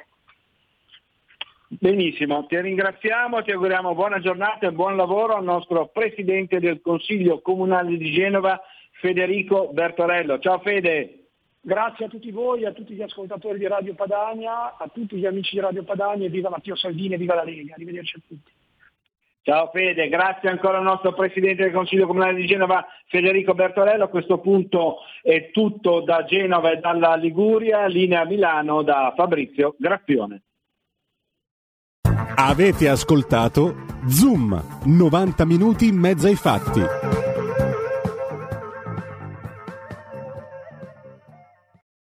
Benissimo, ti ringraziamo, ti auguriamo buona giornata e buon lavoro al nostro Presidente del Consiglio Comunale di Genova, Federico Bertorello. Ciao Fede. Grazie a tutti voi, a tutti gli ascoltatori di Radio Padania, a tutti gli amici di Radio Padania e viva Matteo Salvini e viva la Lega. Arrivederci a tutti. Ciao Fede, grazie ancora al nostro Presidente del Consiglio Comunale di Genova, Federico Bertorello. A questo punto è tutto da Genova e dalla Liguria, linea Milano da Fabrizio Graffione. Avete ascoltato Zoom, 90 minuti in mezzo ai fatti.